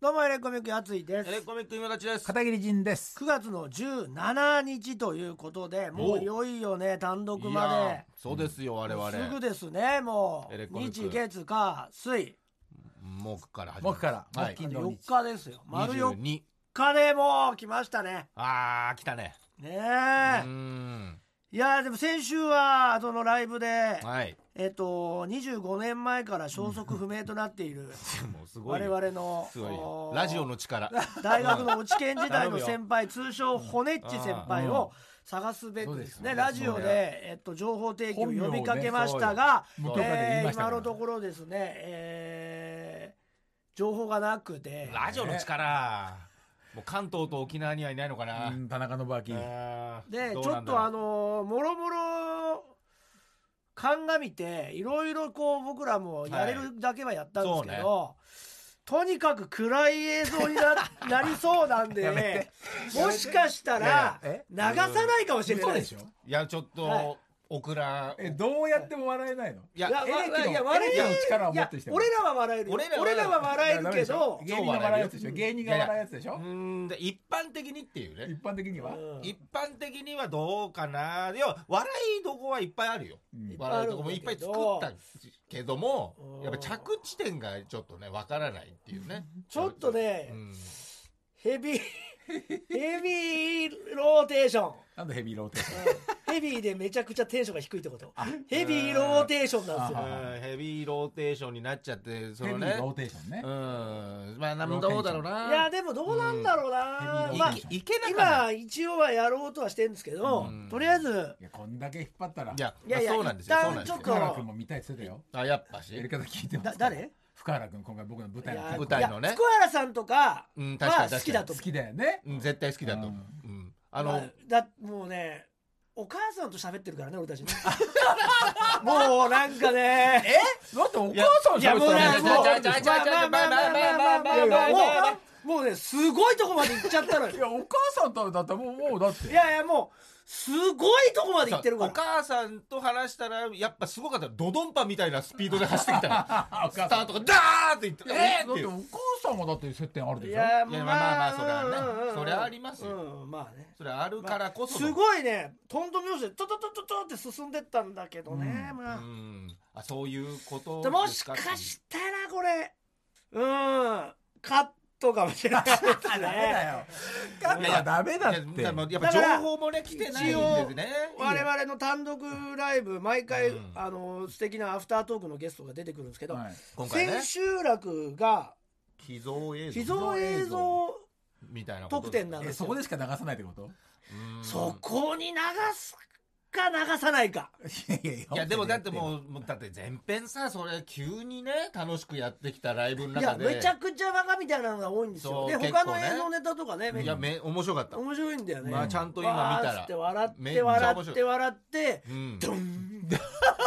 どうもエレコミックやついです。 エレコミック今立ちです。 片桐仁です。 9月の17日ということで、もういよいよね単独まで。 そうですよ我々。 すぐですね。もうエレコミック日月火水木から始まる。 木からはい木金土 4日ですよ。丸4 22。 日でもう来ましたね。 来たね。 ねえ。いやでも先週はそのライブで、 はい。 25年前から消息不明となっているもうすごい我よ。 々のすごいよ。ラジオの力。 大学の落ち研時代の先輩通称骨っち先輩を探すべくですね、ラジオで、情報提供を呼びかけましたが、今のところですね、情報がなくて、 ラジオの力。もう関東と沖縄にはいないのかな。 田中信明でちょっともろもろ鑑みていろいろこう僕らもやれるだけはやったんですけど、とにかく暗い映像に なりそうなんでもしかしたら流さないかもしれない。 でしょ。 いやちょっとオクラ。 どうやっても笑えないの。 いや笑えの力を持ってる人。 俺らは笑える。俺らは笑えるけど、 芸人が笑うやつでしょ。芸人が笑うやつでしょ。 で一般的にっていうね。 一般的には。 一般的にはどうかな。いや笑いどこはいっぱいあるよ。笑いどこもいっぱい作ったけども、やっぱ着地点がちょっとねわからないっていうね。 ちょっとね、ヘビーローテーション。 なんでヘビーローテーション。 ヘビーでめちゃくちゃテンションが低いってこと。ヘビーローテーションなんですよ。 ヘビーローテーションになっちゃってそのね。 ヘビーローテーションね。 まあどうだろうな。 いやでもどうなんだろうな。まあ今一応はやろうとはしてるんですけど、とりあえずこんだけ引っ張ったら。 いやそうなんですよ。 ちょっと福原君も見たいって言ってたよ。 やっぱし。 やり方聞いてます。 誰？ 福原君今回僕の舞台のね。 福原さんとかは好きだと。 好きだよね。 絶対好きだと思う。 もうね。お母さんと喋ってるからね俺たちね。もうなんかね。 だってお母さん喋ってたもうねすごいとこまで行っちゃったのよ。 いやお母さんとだったらもうだって。 いやもうすごいとこまで行ってるから。 お母さんと話したらやっぱすごかった。ドドンパみたいなスピードで走ってきたらスタートがダーっていって。 だってお母さんもだって接点あるでしょ。 いやまあそれはね。それはありますよ。 まあね。 それあるからこそ。 すごいねトントン拍子でトトトトトって進んでったんだけどね。 そういうことでもしかしたらこれカットかもしれないですね。 ダメだよ。いやダメだって。 やっぱ情報もね来てないんですね。 我々の単独ライブ毎回素敵なアフタートークのゲストが出てくるんですけど、千秋楽が秘蔵映像みたいな特典なんですよ。 そこでしか流さないってこと？ そこに流すか流さないか。 いやでもだってもうだって前編さそれ急にね楽しくやってきたライブの中でめちゃくちゃバカみたいなのが多いんですよ。で他の映像ネタとかねいや面白かった。 面白いんだよね。 まあちゃんと今見たら笑ってドンド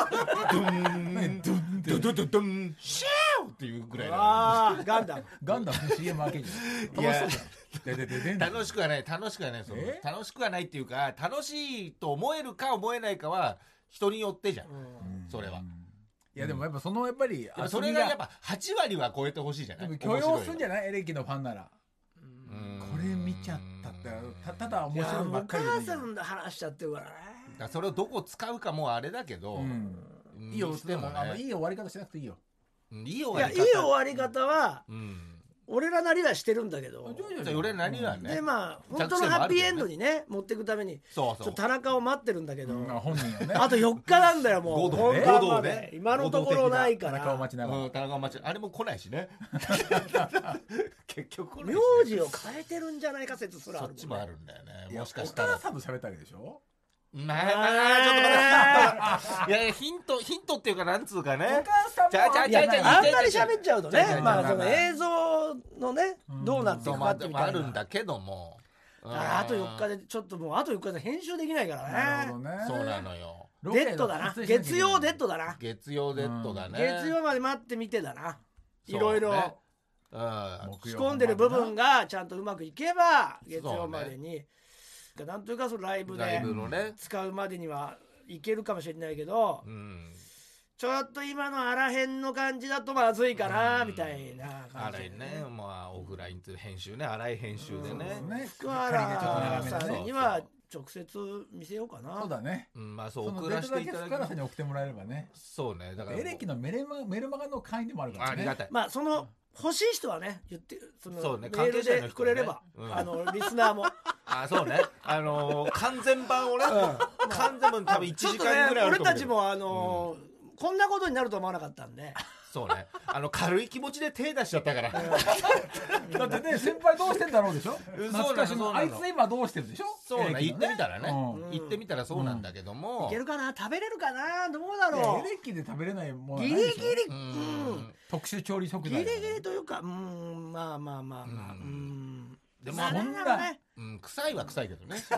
ンシャーっていうぐらいだ。ガンダムの CM 明けに。 いや楽しくはない楽しくはないっていうか楽しいと思えるか思えないかは人によってじゃん。それは。 いやでもやっぱそのやっぱりそれがやっぱ8割は超えてほしいじゃない。 許容するんじゃない？エレキのファンなら。これ見ちゃったってただ面白いばっかりで。 お母さんで話しちゃってるからね。 それをどこ使うかもあれだけど。 いいよでもいい終わり方しなくていいよ。 いい終わり方は俺らなりはしてるんだけど、 俺らなりはね。 でまあ本当のハッピーエンドにね持っていくためにちょっと田中を待ってるんだけど、 本人はねあと4日なんだよもう。 5度ね。 今のところないから。 田中を待ちながら。 田中を待ちあれも来ないしね。結局名字を変えてるんじゃないか説すらある。 そっちもあるんだよね。もしかおしたら。 母さんと喋ったわけでしょ。 ちょっと待って。いやヒントっていうかなんつうかね。 お母さんもあんまり喋っちゃうとね、まあその映像のねどうなっていくかってみたいなあるんだけども。 あと4日でちょっともうあと4日で編集できないからね。 なるほどね。 そうなのよ。 デッドだな。月曜デッドだな。 月曜デッドだね。 月曜まで待ってみてだな。いろいろ仕込んでる部分がちゃんとうまくいけば月曜までになんというかそのライブで使うまでにはいけるかもしれないけど、 ちょっと今のあらへんの感じだとまずいかなみたいな感じ荒いね、まあオフラインという編集ね、荒い編集でね、 福原さんには直接見せようかな。 そうだね。 まあそう送らせていただき福原さんに送ってもらえればね。 そうね、だからエレキのメルマガの会員でもあるからね。 ありがたい。 まあその欲しい人はね言ってそうね、 メールでくれれば、リスナーもそうね、完全版をね、完全版多分1時間ぐらいあると思う。 俺たちもこんなことになると思わなかったんで。 そうね、軽い気持ちで手出しちゃったから。 だってね、先輩どうしてんだろうでしょ。懐かしのあいつ今どうしてるでしょ。 そうね、言ってみたらね、言ってみたらそうなんだけども、 いけるかな、食べれるかな、どうだろう。 エレキで食べれないものギリギリ、 特殊調理食材。 ギリギリというか、まあでもそんな臭いは臭いけどね。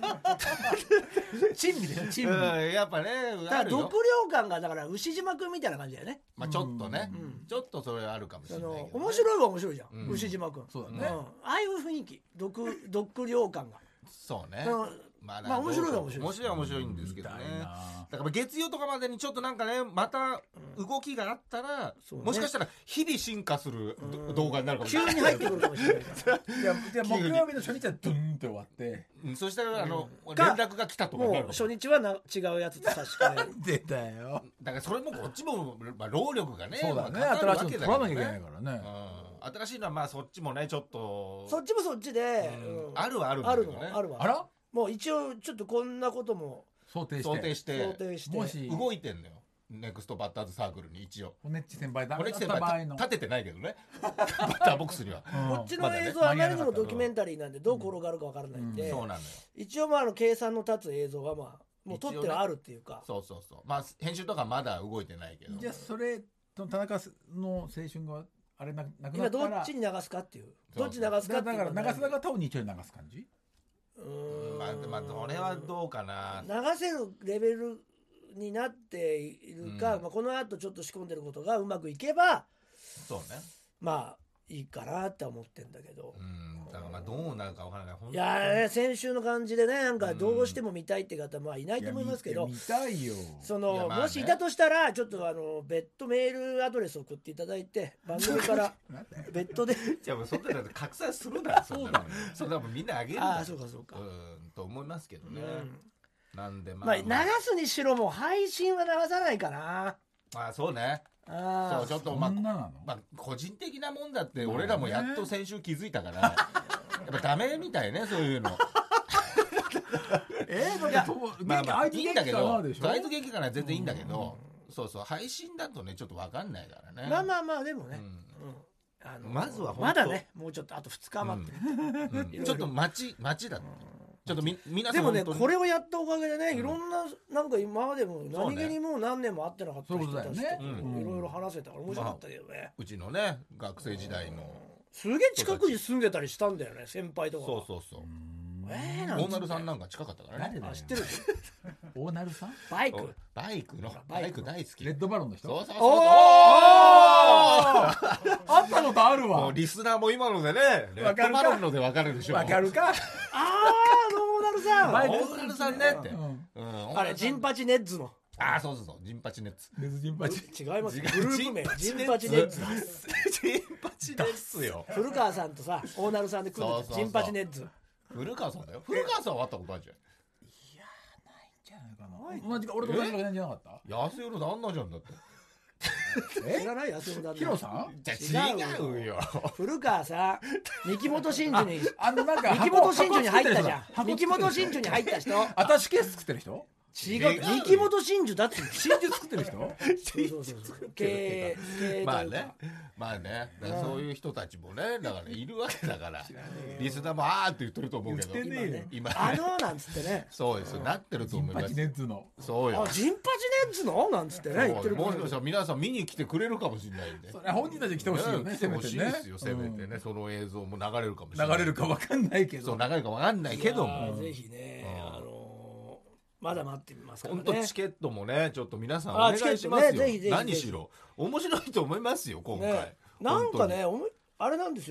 珍味でしょ、珍味。 やっぱね、 だから独領感がだから牛島君みたいな感じだよね。 まあちょっとね、ちょっとそれあるかもしれないけど。 面白いは面白いじゃん、牛島君。 そうだね。 ああいう雰囲気、独領感が。 そうね。 まあ面白いは面白い。 面白いんですけどね。だから月曜とかまでにちょっとなんかね、また動きがあったら、もしかしたら日々進化する動画になるかもしれない。 急に入ってくるかもしれないから。 じゃあ木曜日の初日はドゥンって終わって、 そしたら連絡が来たとかになる。 もう初日は違うやつと差し替える。 出たよ。 だからそれもこっちも労力がね、 そうだね。新しいの取らなきゃいけないからね。 新しいのはまあそっちもねちょっと。 そっちもそっちであるはあるんだけどね。 あるわ。 あら？ もう一応ちょっとこんなことも想定してもし動いてんのよ。ネクストバッターズサークルに一応。 ホネッチ先輩だった場合の立ててないけどね。バッターボックスには。 こっちの映像はあまりにもドキュメンタリーなんでどう転がるかわからないんで。 そうなのよ。 一応まあ計算の立つ映像はまあもう撮ってはあるっていうか。 そう。まあ編集とかまだ動いてないけど。 じゃあそれと田中の青春があれなくなったら。 今どっちに流すかっていう。どっち流すかっていう。 だから流す方を日曜に流す感じ？ まあそれはどうかな。 流せるレベルになっているか、この後ちょっと仕込んでることがうまくいけば、 そうね。 まあいいかなって思ってんだけど。 だからまあどうなるかわからない。 いや先週の感じでね、なんかどうしても見たいって方まあいないと思いますけど、 見たいよ。 もしいたとしたらちょっと別途メールアドレス送っていただいて番組から別途でじゃあもうそんなの拡散するな。そうだ。そんなもんみんなあげるんだ。 そうか。 と思いますけどね。なんでまあ流すにしろもう配信は流さないかな。 まあそうね。そうちょっとまあ個人的なもんだって俺らもやっと先週気づいたからやっぱダメみたいね、そういうの。まあいいんだけど、あいつ元気かな全然いいんだけど、そう配信だとねちょっと分かんないからね。 まあでもね、 まずはまだねもうちょっとあと2日待ってちょっと待ちだ。ちょっと皆さんでもねこれをやったおかげでね、いろんななんか今までも何気にもう何年も会ってなかった人たちといろいろ話せたから面白かったけどね。 うちのね学生時代のすげえ近くに住んでたりしたんだよね、先輩とか。 そう大成さんなんか近かったからね。 知ってる。 大成さんバイク大好き。 レッドバロンの人。 そうあったことあるわ。 リスナーも今のでねレッドバロンので分かるでしょ。 分かるか。 大成さん。 大成さんねって。 あれジンパチネッズの。 そうジンパチネッツ。 違います。グループ名ジンパチネッズ。 ジンパチネッツよ。 古川さんとさ大成さんで組んでたジンパチネッズ。 古川さんだよ。古川さんは会ったことあるじゃん。 いやないんじゃないかな。同じか俺と同じ学年じゃなかった？ 安代の旦那じゃんだって。 知らない安代の旦那。 ヒロさん？ じゃ違うよ。 古川さん、三木本真珠になんか三木本真珠に入ったじゃん。三木本真珠に入った人。 アタッシュケース作ってる人？ 違う。三木本真珠だって。 真珠作ってる人？ まあね。そういう人たちもね、だからいるわけだから。リスナーもって言ってると思うけど。 今なんつってね。 そうです。なってると思います。 ジンパチネッズの。 そうよ。 ジンパチネッズのなんつってね言ってる。 もしかしたら皆さん見に来てくれるかもしれないんで。 本人たち来てほしいよね。 来てほしいですよ。せめてね、その映像も流れるかもしれない。 流れるかわかんないけど。 そう流れるかわかんないけども。 ぜひね。まだ待ってみますからね。 本当チケットもねちょっと皆さんお願いしますよ。何しろ面白いと思いますよ今回。 なんかねあれなんですよね。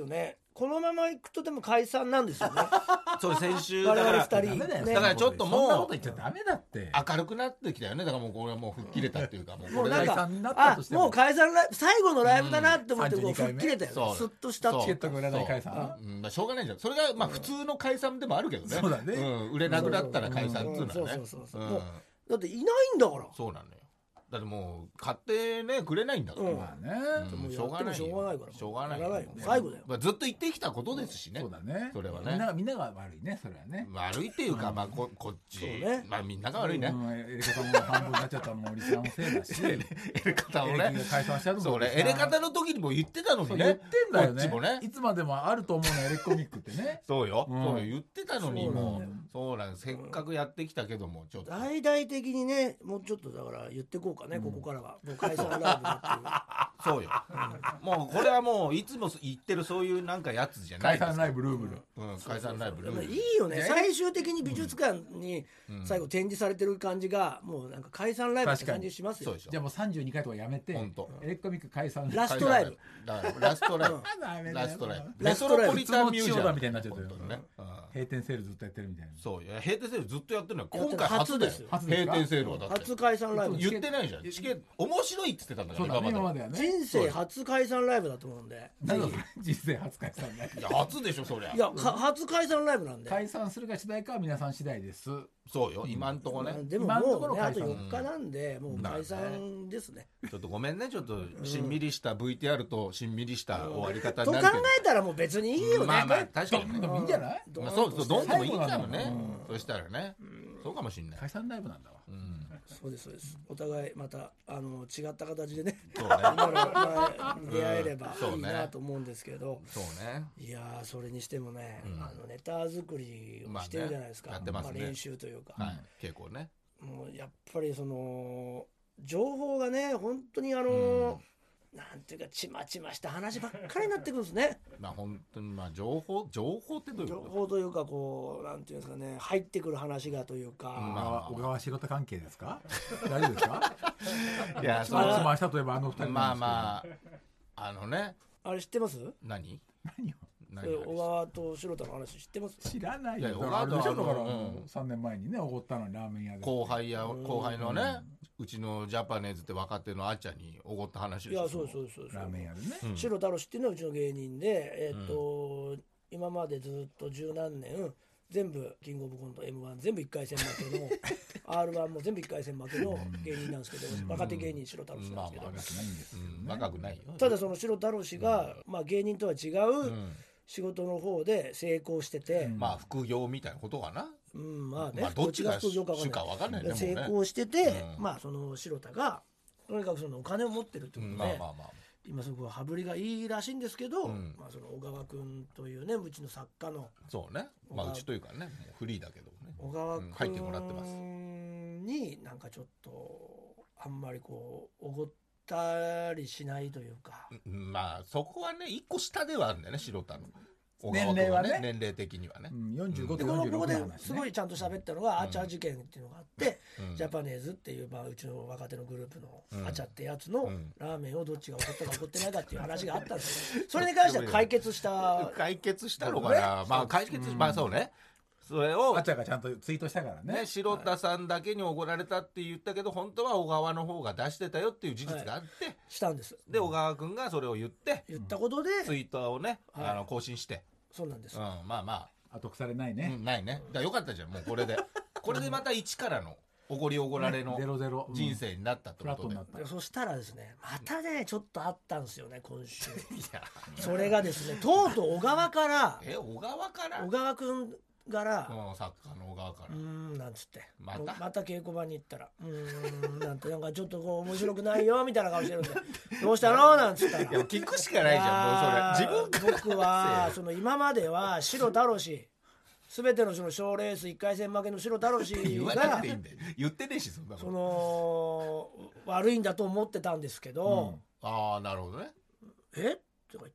このままいくとでも解散なんですよね。 そう先週我々 だから二人ね。 だからちょっともうそんなこと言っちゃダメだって。 明るくなってきたよね。だからもうこれはもう吹っ切れたっていうかもうこれでもうなんか解散になったとしてももう解散ライブ最後のライブだなって思ってこう 32 吹っ切れたよそうね。スッとしたそうチケットが売れない解散。 まあしょうがないじゃん。それがまあ普通の解散でもあるけどね。 そうだね売れなくなったら解散っていうのはね。 そうもうだっていないんだから。 そうなのよ。だってもう買ってねくれないんだから。 まあね。 もうしょうがないよ。 しょうがないからしょうがないやらないよ最後だよ。 まあずっと言ってきたことですしね。 そうだね。 それはね。 みんなが悪いね、それはね。 悪いっていうかまあこっちそうねまあみんなが悪いね。 エレカタも半分になっちゃったのもリスナーのせいだし、 エレカタをエレキね。 が解散しちゃうのもそうね。エレカタの時にも言ってたのにね。 言ってんだよこっちもねね。いつまでもあると思うのエレコミックってね。 そうよ。 うんそうよ言ってたのにそうなんもだよそうなんせっかくやってきたけどもちょっと。 大々的にねもうちょっとだから言ってこうかねここからはもう解散ライブだっていう。 そうよ。もうこれはもういつも言ってるそういうなんかやつじゃないです解散ライブルーブル。 解散ライブルールいいよね最終的に美術館に最後展示されてる感じがもうなんか解散ライブって感じしますよそうでしょじゃあもう32回とかやめて、 ほんとエレコミック解散。 ラストライブだからラストライブダメだよラストライブラメストライブトロポリタンミュージアム普通の千代田みたいになっちゃってる本当にね閉店セールずっとやってるみたいな。 そういや閉店セールずっとやってるのよやってる今回初だよ初ですよ初ですか閉店セールはだって初解散ライブいつ言ってないじゃんチケット面白いって言ってたんだかそうだね、 ら今まで今まではね。 人生初解散ライブだと思うんでなんだそれ人生初解散ライブいや初でしょそりゃいや初解散ライブなんで解散するか次第かは皆さん次第です。 そうよ今んとこねでも今のとこもうねあとろ解散 4日なんでもう解散ですねちょっとごめんねちょっとしんみりした VTR としんみりした終わり方と考になるけどえたらもう別にいいよねまあまあ確かにねでもいいんじゃない？ まあそうそうどんでもいいから最後ねなんだそしたらねそうかもしんない解散ライブなんだわ。 そうですそうですお互いまた違った形でねそうね今のまあ出会えればそうねいいなと思うんですけどそうねいやーそれにしてもねネタ作りをしてるじゃないですかまあねやってますね練習というかはい結構ねもうやっぱりその情報がね本当になんていうかちまちました話ばっかりになってくるんですねまあ本当にまあ情報ってどういう情こ報というかこうなんていうんですかね入ってくる話がというか、 ま小川仕事関係ですか？大丈夫ですか？ といやつまつましたといえばあの二人まあなんまあねあれ知ってます何何を小川と白田の話知ってます知らないいやよ。だからあれでしょだからうん 3年前にねおごったのにラーメン屋で。 後輩のねうちのジャパネーズって若手のあっちゃんにおごった話でしょいやそうですそうですそうですラーメン屋でね。 白太郎氏っていうのはうちの芸人で今までずっと十何年全部キングオブコント M1 全部1回戦負けのR1 も全部1回戦負けの芸人なんですけど若手芸人白太郎氏なんですけど若くないんですけどね。 若くないよただその白太郎氏がまあ芸人とは違う仕事の方で成功しててまあ副業みたいなことかなまあねまあどっちが副業か主か分かんないねもうね成功しててまあその白田がとにかくそのお金を持ってるってことでまあまあまあ今すごい羽振りがいいらしいんですけど、 んまあ、その小川君というねうちの作家のそうねまあうちというかねもうフリーだけどね小川入ってもらってます君になんかちょっとあんまりこうおごったりしないというか、 まあそこはね一個下ではあるんだよね白田の小年川君齢はね年齢的にはね 45とでこ 46 こでの話ね。 すごいちゃんと喋ったのが、アチャ事件っていうのがあって、ジャパネーズっていう、まあ、うちの若手のグループのアチャってやつのラーメンをどっちが怒ったか怒ってないかっていう話があったんですよそれに関しては解決した解決したのかなまあ解決まあそうねそれをあっちゃんがちゃんとツイートしたからね。 ね、白田さんだけにおごられたって言ったけど本当は小川の方が出してたよっていう事実があって、 したんですで小川君がそれを言って言ったことで、 ツイートをね、更新して、 そうなんです、 まあま後腐れないあ、 ね。 ないねだからよかったじゃんもうこれでまた一からのおごりおごられの 00 人生になったってことで、 フラットになった。 でそしたらですねまたねちょっとあったんですよね今週いやそれがですねとうとう小川から小川から小川君から作家の小川からなんつってまたまた稽古場に行ったらなんてなんかちょっとこう面白くないよみたいな顔してるんでどうしたのなんつったらいや聞くしかないじゃんもうそれ自分から僕はその今までは白太郎氏全てのその賞レース1回戦負けの白太郎氏言わながくていいんだよ言ってねえしそんなことその悪いんだと思ってたんですけど、 ああなるほどねえとか言って、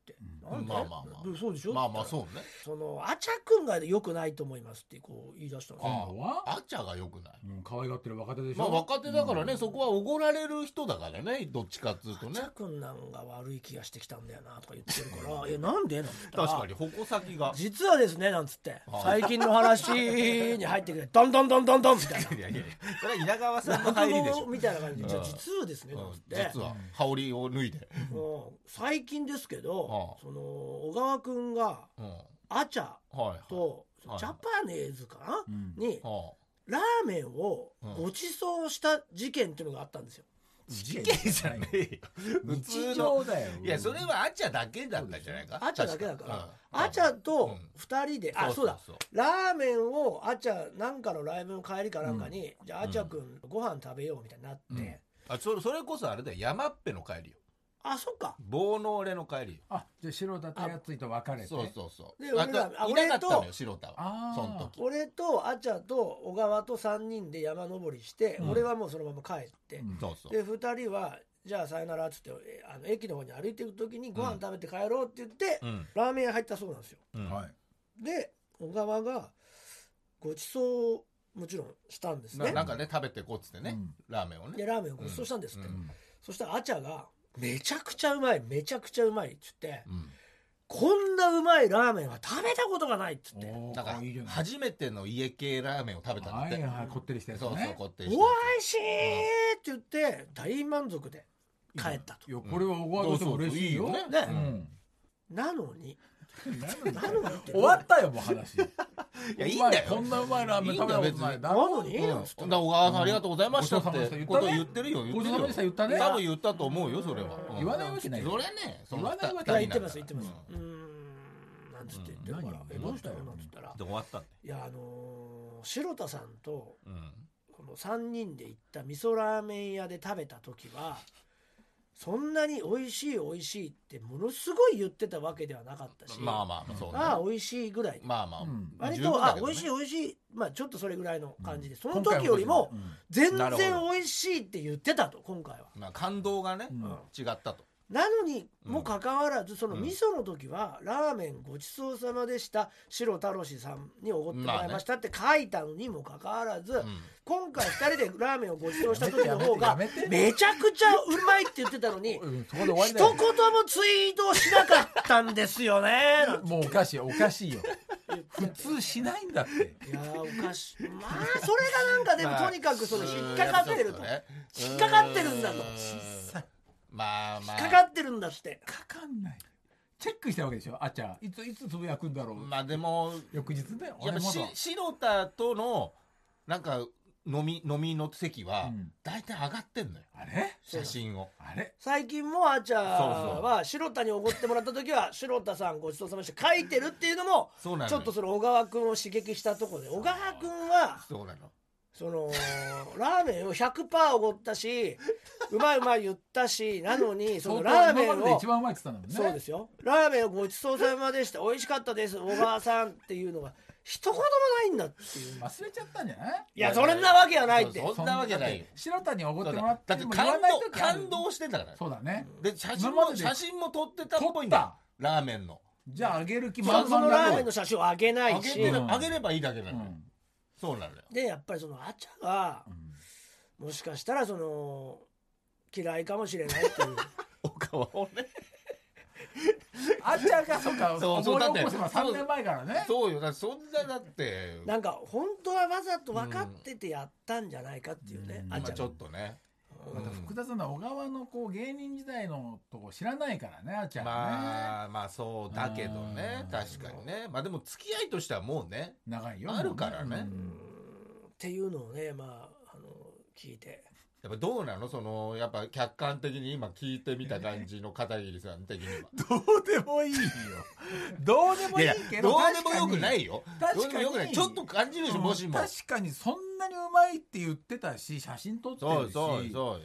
なんでまあまあまあそうでしょ。 まあまあそうね。 そのあちゃくんが良くないと思いますってこう言い出したんですよ。 今度はあちゃが良くない。 可愛がってる若手でしょ。 まあ若手だからね、そこはおごられる人だからね、どっちかっつうとねあちゃ。くんなんか悪い気がしてきたんだよなとか言ってるから「なんで?」なんつったら確かに矛先が。 実はですねなんつってはい最近の話に入ってくれドンドンドンドンドンみたいな。 いやいやそれは稲川さんの入りでしょ。 みたいな感じで、じゃあ実はですねなんつって実は羽織を脱いで。 最近ですけどはあその小川くんがアチャはいとはいジャパネーズかなにはあラーメンをご馳走した事件っていうのがあったんですよ。 事件じゃねえよ。普通日の常だよ。 いやそれはあちゃだけだったんじゃないか。 アチャだけだから確アチャと2人でそうだそうラーメンをアチャなんかのライブの帰りかなんかにじゃあアチャくんご飯食べようみたいになってそれこそあれだよ、山っぺの帰りよ。 そっか棒の俺の帰りよ。 じゃあ白田とやついと別れて。 そうそうそう。 であといなかったのよ、白田は。 あーその時。 俺とアチャと小川と3人で山登りして俺はもうそのまま帰ってそうそう。 で2人はじゃあさよならっつって駅の方に歩いていく時にご飯食べて帰ろうって言ってラーメン屋入ったそうなんですよ。 はいで小川がごちそうもちろんしたんですね。 なんかね食べてこうっつってね、ラーメンをね。 でラーメンをごちそうしたんですって。そしたらアチャがめちゃくちゃうまいめちゃくちゃうまいっつってこんなうまいラーメンは食べたことがないっつってなんか初めての家系ラーメンを食べたんだって。 こってりしたやつそうそうね。 こってりおいしたやしいって言って大満足で帰ったと。 いやこれは小川としても嬉しいよ。 ね。 なのに終わったよもう話。 いやいいんだよ。 こんなうまいラーメン食べたことない。 なのに小川さんありがとうございましたってこと言ってるよ。 ごちそうさまでした言ったね。 多分言ったと思うよそれは。 言わないわけない。 それね。 言わないわけいやない。 言ってますなんつって言ってるからどうしたよなんつったらで終わったんいや白田さんとこの3人で行った味噌ラーメン屋で食べた時はそんなに美味しい美味しいってものすごい言ってたわけではなかったしまあまあそうね。 美味しいぐらいまあまあ割と美味しい美味しいちょっとそれぐらいの感じでその時よりも全然美味しいって言ってたと今回は感動がね違ったと。 なのにもかかわらずその味噌の時はラーメンごちそうさまでした白太郎さんにおごってもらいましたって書いたのにもかかわらず今回2人でラーメンをごちそうした時の方がめちゃくちゃうまいって言ってたのに一言もツイートしなかったんですよね。 もうおかしいよ。普通しないんだって。 いやおかしいそれがなんかでもとにかくその引っかかってると引っかかってるんだとまあまあ引っかかってるんだってかかんない。チェックしたわけでしょ。あっちゃいつつぶやくんだろう。 まあでも翌日ね。 やっぱ白田とのなんか飲みの席は大体上がってんのよ。 あれ写真を最近もあちゃは白田におごってもらった時は白田さんごちそうさまでした書いてるっていうのもちょっとその小川君を刺激したところで小川君はそうなのそのラーメンを 100% おごったしうまいうまい言ったしなのにそのラーメンを一番うまいって言ったのね。 そうですよラーメンをごちそうさまでした美味しかったです小川さんっていうのが一言もないんだっていう忘れちゃったんじゃない？ いやそんなわけはないってそんなわけないよ。 白田におごってもらってだって感動してたからそうだね。 で写真も撮ってたっぽいんだラーメンの。 じゃああげる気満々だ。そのラーメンの写真をあげないしあげればいいだけなのよ。そうなのよ。 でやっぱりそのあちゃがもしかしたらその嫌いかもしれないっていうお川をねあっちゃんがそうか思い起こせば3年前からね。 そうよ。だってそんなだってなんか本当はわざと分かっててやったんじゃないかっていうね、あっちゃんちょっとねまた複雑な小川のこう芸人時代のとこ知らないからねあっちゃんね。 まあそうだけどね確かにね。まあでも付き合いとしてはもうね長いよあるからねっていうのをね聞いてやっぱどうなのそのやっぱ客観的に今聞いてみた感じの片桐さん的にはどうでもいいよどうでもいいけどどうでもよくないよ。 確かにちょっと感じるでしょもしも。 確かにそんなにうまいって言ってたし写真撮ってるしそう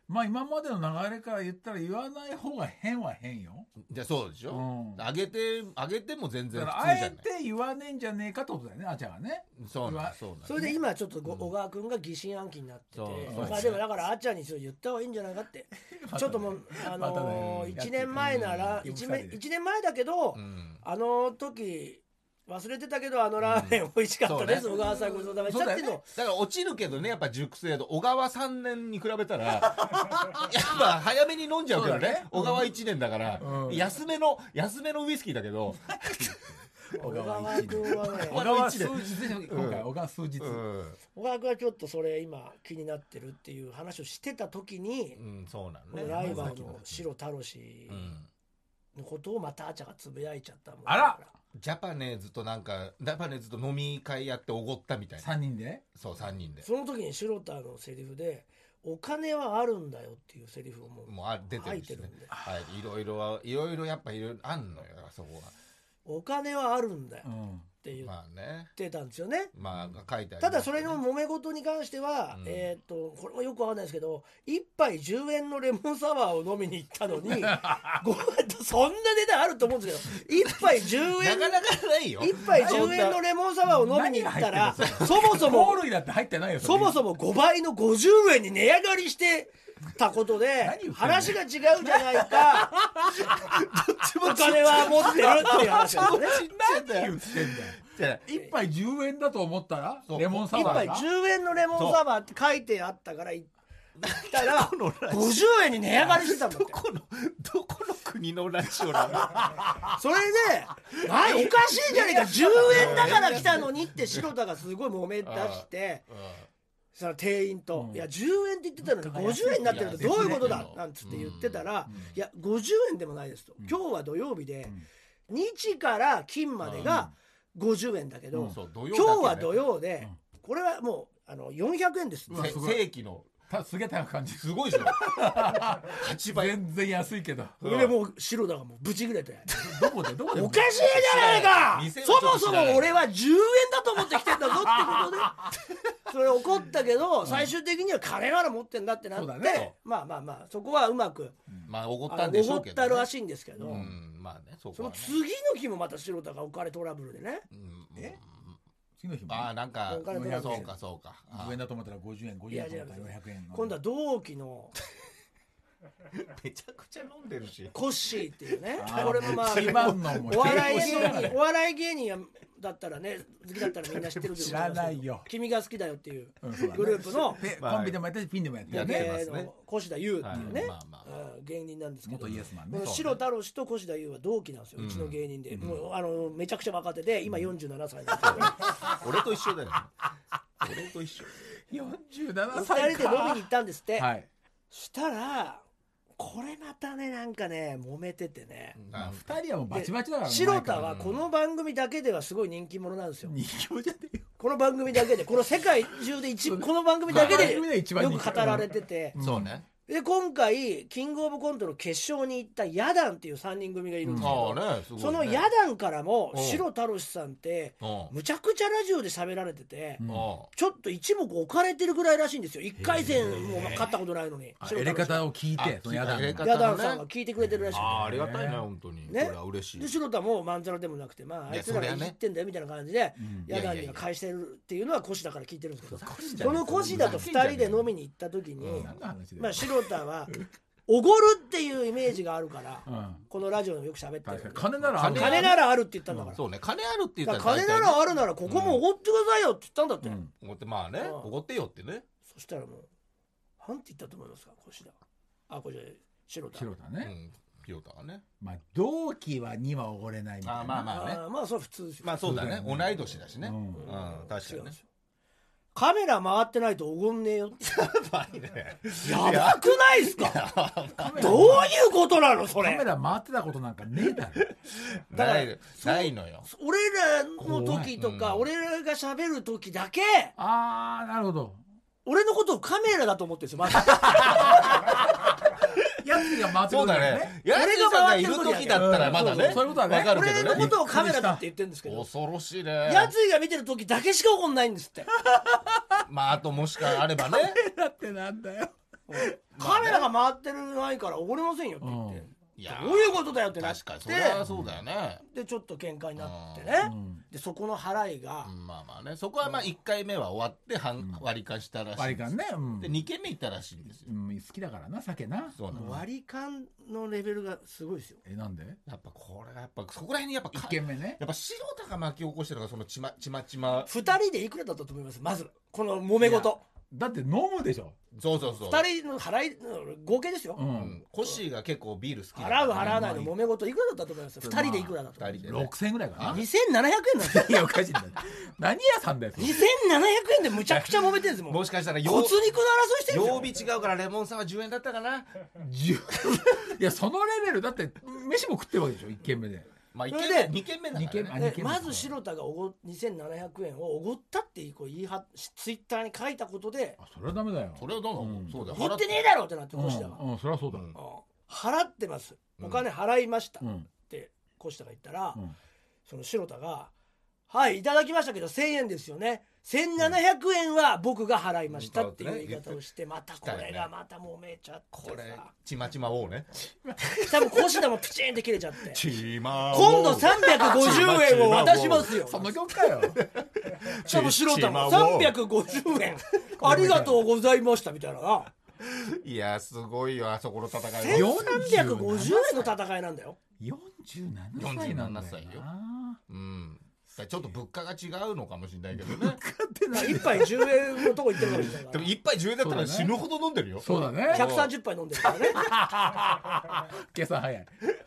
まあ今までの流れから言ったら言わない方が変は変よ。 じゃそうでしょ、あげても全然だ普通じゃない。 からあえて言わねえんじゃねえかってことだよね、あちゃんがね。 そうなんそれで今ちょっと小川君が疑心暗鬼になってて、まあでもだからあっちゃんにそれ言った方がいいんじゃないかってちょっともう1年前なら1年前だけど、あの時忘れてたけどあのラーメン美味しかったです、小川さんごちそうさまでしたっていうの。 だから落ちるけどね、やっぱ熟成度小川3年に比べたらやっぱ早めに飲んじゃうけどね、小川1年だから、安めのウイスキーだけど小川君はね、 小川数日で今回小川数日、 小川君はちょっとそれ今気になってるっていう話をしてた時に、 そうなんね、 ライバルの白太郎氏のことをまたあちゃがつぶやいちゃったもん。 あら、 ジャパネーズと飲み会やっておごったみたいな。 3人でそう3人で。 その時に白田のセリフでお金はあるんだよっていうセリフをもう出てるんですね。はい、いろいろやっぱいろいろあんのよ、そこは。 お金はあるんだよって言ってたんですよね。 まあ書いてある。 ただそれの揉め事に関しては、これもよくわかんないですけど、1杯10円のレモンサワーを飲みに行ったのにそんな値段あると思うんですけど、1杯10円なかなかないよ。 1杯10円のレモンサワーを飲みに行ったらそもそも5倍の50円に値上がりしてたことで話が違うじゃないかお金は持ってるっていう話なんですね。 何言ってんだよ。1杯10円だと思ったらレモンサワーが 1杯10円のレモンサワーって書いてあったから行ったら50円に値上がりしてたもん。 どこの国のラジオなのそれでおかしいじゃねえか、10円だから来たのにって白田がすごい揉め出してその店員と、いや10円って言ってたのに50円になってるとどういうことだなんつって言ってたら、いや50円でもないですと、今日は土曜日で日から金までが50円だけど、今日は土曜でこれはもう400円です。 正規のすげえ高く感じる。 すごいですよ8倍。 全然安いけど。 それでもう白田がもうブチ切れてどこでおかしいじゃないか、そもそも俺は10円だと思って来てんだぞってことでそれ怒ったけど、最終的には金なら持ってんだってなって、まあそこはうまくおごったんでしょうけどおごったらしいんですけど、 その次の日もまた白田がお金トラブルでね、 次の日もなんかそうか 10円だと思ったら50円、50円だと思ったら400円。 今度は同期のめちゃくちゃ飲んでるしコッシーっていうね、これもまあお笑い芸人だったらね、好きだったらみんな知ってるけど知らないよ、 君が好きだよっていうグループのコンビでもやったしピンでもやってるね、越田優っていうね芸人なんですけど、 元イエスマンね、 白太郎氏と越田優は同期なんですよ、うちの芸人で。もうめちゃくちゃ若手で今47歳なんですよ俺と一緒だよ、俺と一緒。 47歳 2人で飲みに行ったんですって。 はい、 したらこれまたね、なんかね揉めててね、 2人はもうバチバチだからね。 白田はこの番組だけではすごい人気者なんですよ。 人気者じゃねえよ、 この番組だけで、この世界中でこの番組だけでよく語られてて、 そうね。 で今回キングオブコントの決勝に行ったヤダンっていう3人組がいるんですけど、そのヤダンからも白太郎さんってむちゃくちゃラジオで喋られてて、ちょっと一目置かれてるぐらいらしいんですよ。1回戦も勝ったことないのに入れ方を聞いて、 ヤダンさんが聞いてくれてるらしい。 ありがたいね本当に、これは嬉しい。 で白田もまんざらでもなくて、あいつらがいじってんだよみたいな感じでヤダンには返してるっていうのは越田から聞いてるんですけど、その越田と2人で飲みに行った時に白田はおごるっていうイメージがあるから、このラジオでもよく喋ってる。金ならあるって言ったんだから。 そうね、金あるって言ったら金ならあるならここもおごってくださいよって言ったんだって。 おごって、まあね、おごってよってね。 そしたらもうなんて言ったと思いますか、越田。これ白田ね。 白田がね。 まあ同期は2はおごれないみたいな。 まあね。 まあそれは普通ですよ。 まあそうだね。同い年だしね。確かにね。 カメラ回ってないとおごんねえよって。 やばいね。 やばくないですかどういうことなのそれ。 カメラ回ってたことなんかねえだろ。 ないのよ。 俺らの時とか、俺らが喋る時だけ、 なるほど、 俺のことをカメラだと思ってるんですよ、まず。 やつが回ってるそうだね。やつさんがいる時だったらまだね。 そういうことはね。 わかるけどね。 俺のことをカメラだって言ってるんですけど。 恐ろしいね。 やつが見てる時だけしか怒んないんですって。 まああともしかあればね。 カメラってなんだよ。 カメラが回ってるないからおごれませんよって言って、 いやどういうことだよってなって、 確かにそれはそうだよね。 でちょっと喧嘩になってね、でそこの払いが、 まあまあね、そこはまあ1回目は終わって割り勘したらしい。 割り勘ね、 で2軒目行ったらしいんですよ。 好きだからな酒な。 そうなんです。 割り勘のレベルがすごいですよ。 なんでやっぱこれがやっぱそこら辺にやっぱ 1軒目ね、 やっぱ白田が巻き起こしてるのがそのちまちま 2人でいくらだったと思います？まずこの揉め事。 だって飲むでしょ。 そうそうそう。 2人の払い合計ですよ。 コッシーが結構ビール好きだから。払わないの揉め事いくらだったと思います？2人でいくらだと思います？ 6000円ぐらいかな。 2700円なんですよ。 いやおかしいんだよ。何屋さんだよ。 2700円でむちゃくちゃ揉めてるんですもん。 もしかしたら骨肉の争いしてるんですよ。 曜日違うからレモンサワー10円だったかな。 いやそのレベルだって飯も食ってるわけでしょ1軒目で。 まあ2軒目だからね。 まず白田が2700円をおごったってツイッターに書いたことで、 それはダメだよ。 それはどうなの？そうだよ。 言ってねえだろってなってコシダが。 それはそうだ。 払ってます。お金払いましたってコシダが言ったら、その白田がはいいただきましたけど1000円ですよね。1700円は僕が払いましたっていう言い方をして、またこれがまた揉めちゃってさ、 これちまちま王ね。 多分コシダもプチンって切れちゃってちま今度350円を渡しますよ。 その曲かよ。 多分白田も350円ありがとうございましたみたいなな。 いやすごいよあそこの戦い。 1350円の戦いなんだよ。 47歳なんだよ。 ちょっと物価が違うのかもしれないけどね。 1杯10円のとこ行ってるかもしれないから。 でも1杯10円だったら死ぬほど飲んでるよ。 そうだね。 130杯飲んでるからね。 計算早い。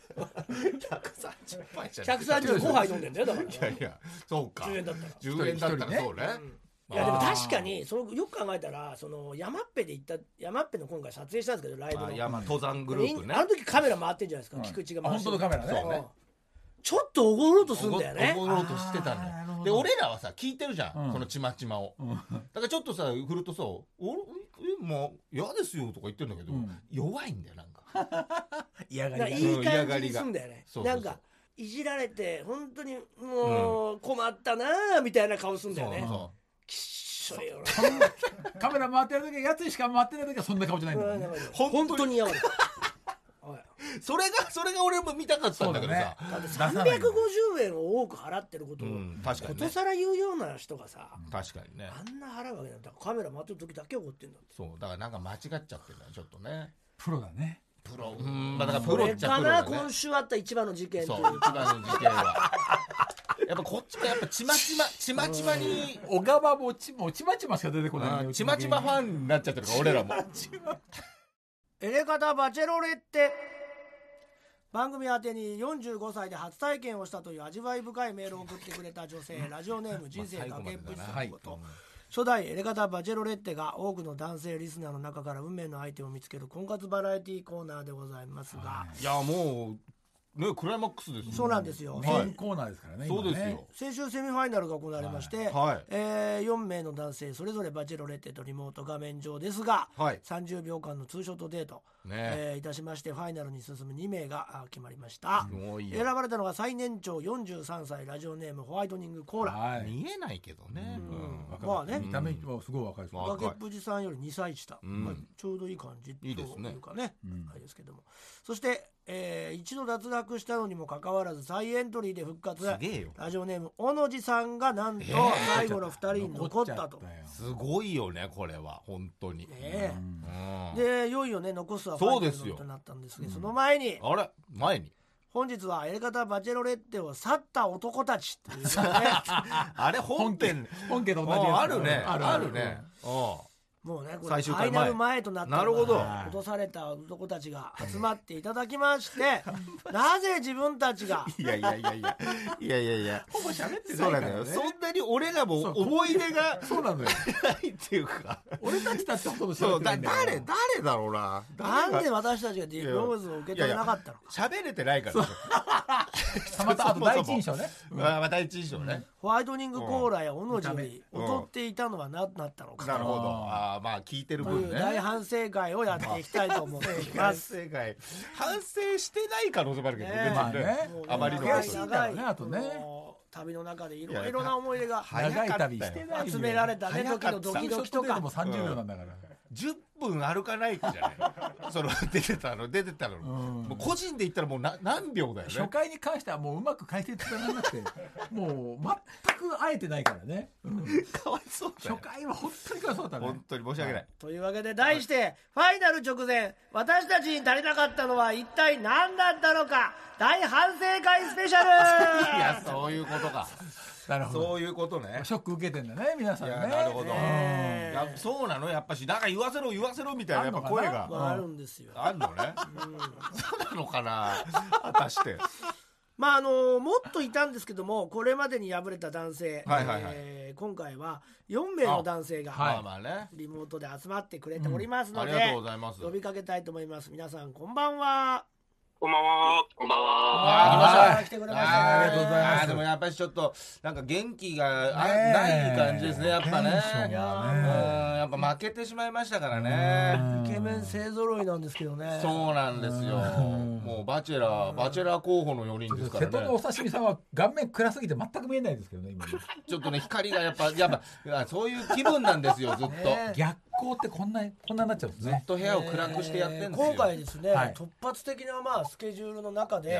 130杯じゃない。 135杯飲んでんだよだから。 いやいやそうか。 10円だったら。 10円だったらそうね。 いやでも確かによく考えたらその山っぺで行った山っぺの今回撮影したんですけどライブの登山グループね。 あの時カメラ回ってんじゃないですか。菊池が回して本当のカメラね。 ちょっとおごろうとするんだよね。 おごろうとしてたんだよ。で俺らはさ聞いてるじゃんこのちまちまを。だからちょっとさ振るとさもう嫌ですよとか言ってるんだけど弱いんだよなんか。 嫌がりが。 いい感じにすんだよね。なんかいじられて本当にもう困ったなーみたいな顔すんだよね。きっしょいよな。 カメラ回ってる時はやつにしか回ってない時はそんな顔じゃないんだよね。 本当にやばい。 それが俺も見たかったんだけどさ。 350円を多く払ってることをことさら言うような人がさ、 確かにねあんな払うわけなんだ。カメラ回ってる時だけ怒ってんだって。 そうだからなんか間違っちゃってるんだよちょっとね。 プロだね。 プロだからプロっちゃプロだね。 今週あった一番の事件という一番の事件はやっぱこっちもやっぱちまちまに小川もちまちましか出てこない。 ちまちまファンになっちゃってるから俺らも。 エレカタバチェロレッテ。番組宛てに45歳で初体験をしたという味わい深いメールを送ってくれた女性、ラジオネーム人生崖っぷちさんこと、初代エレガタバチェロレッテが多くの男性リスナーの中から運命の相手を見つける婚活バラエティコーナーでございますが、 いやもうねクライマックスですよ。 そうなんですよ。 メインコーナーですからね。 そうですよ。 先週セミファイナルが行われまして、4名の男性それぞれバチェロレッテとリモート画面上ですが、30秒間のツーショットデート、いたしましてファイナルに進む2名が決まりました。選ばれたのが最年長43歳ラジオネームホワイトニングコーラ。 見えないけどね。 まあね見た目もすごい若いです。 崖っぷちさんより2歳下、ちょうどいい感じというかね、あれですけども、そして一度脱落したのにもかかわらず再エントリーで復活。ラジオネーム小野寺さんがなんと最後の2人に残ったと。 すごいよねこれは本当に。 でいよいよね残すはファイナルのとなったんですけど、その前に本日はエレガタバチェロレッテを去った男たちというねあれ本家と同じやつあるねあるね。 もうねこれファイナル前となったのが落とされた男たちが集まっていただきましてなぜ自分たちがいやほぼ喋ってそうなんだよ。そんなに俺らも思い出がそうなんだよないっていうか俺たちだってほとんど喋ってないんだよ。 誰だろうな。 なんで私たちがディローズを受け取れなかったのか。 喋れてないからあと第一印象ね。 第一印象ね。 ホワイトニングコーラやオノジより劣っていたのは何だったのか。 なるほど。まあ聞いてる分ね。 大反省会をやっていきたいと思っています。 反省してない可能性もあるけどね。あまりの悔しいだろうね。あとね旅の中でいろいろな思い出が長い旅してない集められたね時のドキドキとか。 もう30秒なんだから。 10 分歩かないじゃないその出てたのもう個人で言ったらもう何秒だよね。 初回に関してはもううまく解説されなくてもう全く会えてないからね、 かわいそうだよ。 初回は本当にかわいそうだね。 本当に申し訳ない、 というわけで題してファイナル直前私たちに足りなかったのは一体何だったのか大反省会スペシャルいやそういうことかなるほど、 そういうことね。 ショック受けてんだね皆さんね。 いやなるほど、やそうなのやっぱしなんか言わせろみたいなやっぱ声があるんですよ。 あるのね、そうなのかな果たしてまあもっといたんですけどもこれまでに敗れた男性、今回は4名の男性がリモートで集まってくれておりますので、 ありがとうございます。 呼びかけたいと思います。皆さんこんばんは。 こんばんは。 こんばんは。 来てくれました。 ありがとうございます。 でもやっぱりちょっとなんか元気がない感じですねやっぱね。やっぱ負けてしまいましたからね。 イケメン勢揃いなんですけどね。 そうなんですよ。もうバチェラー候補の4人ですからね。 瀬戸のお刺身さんは顔面暗すぎて全く見えないですけどね今ね。 ちょっとね光がやっぱそういう気分なんですよずっと。 逆光ってこんなになっちゃうんですね。 ずっと部屋を暗くしてやってるんですよ。 今回ですね、突発的なスケジュールの中で、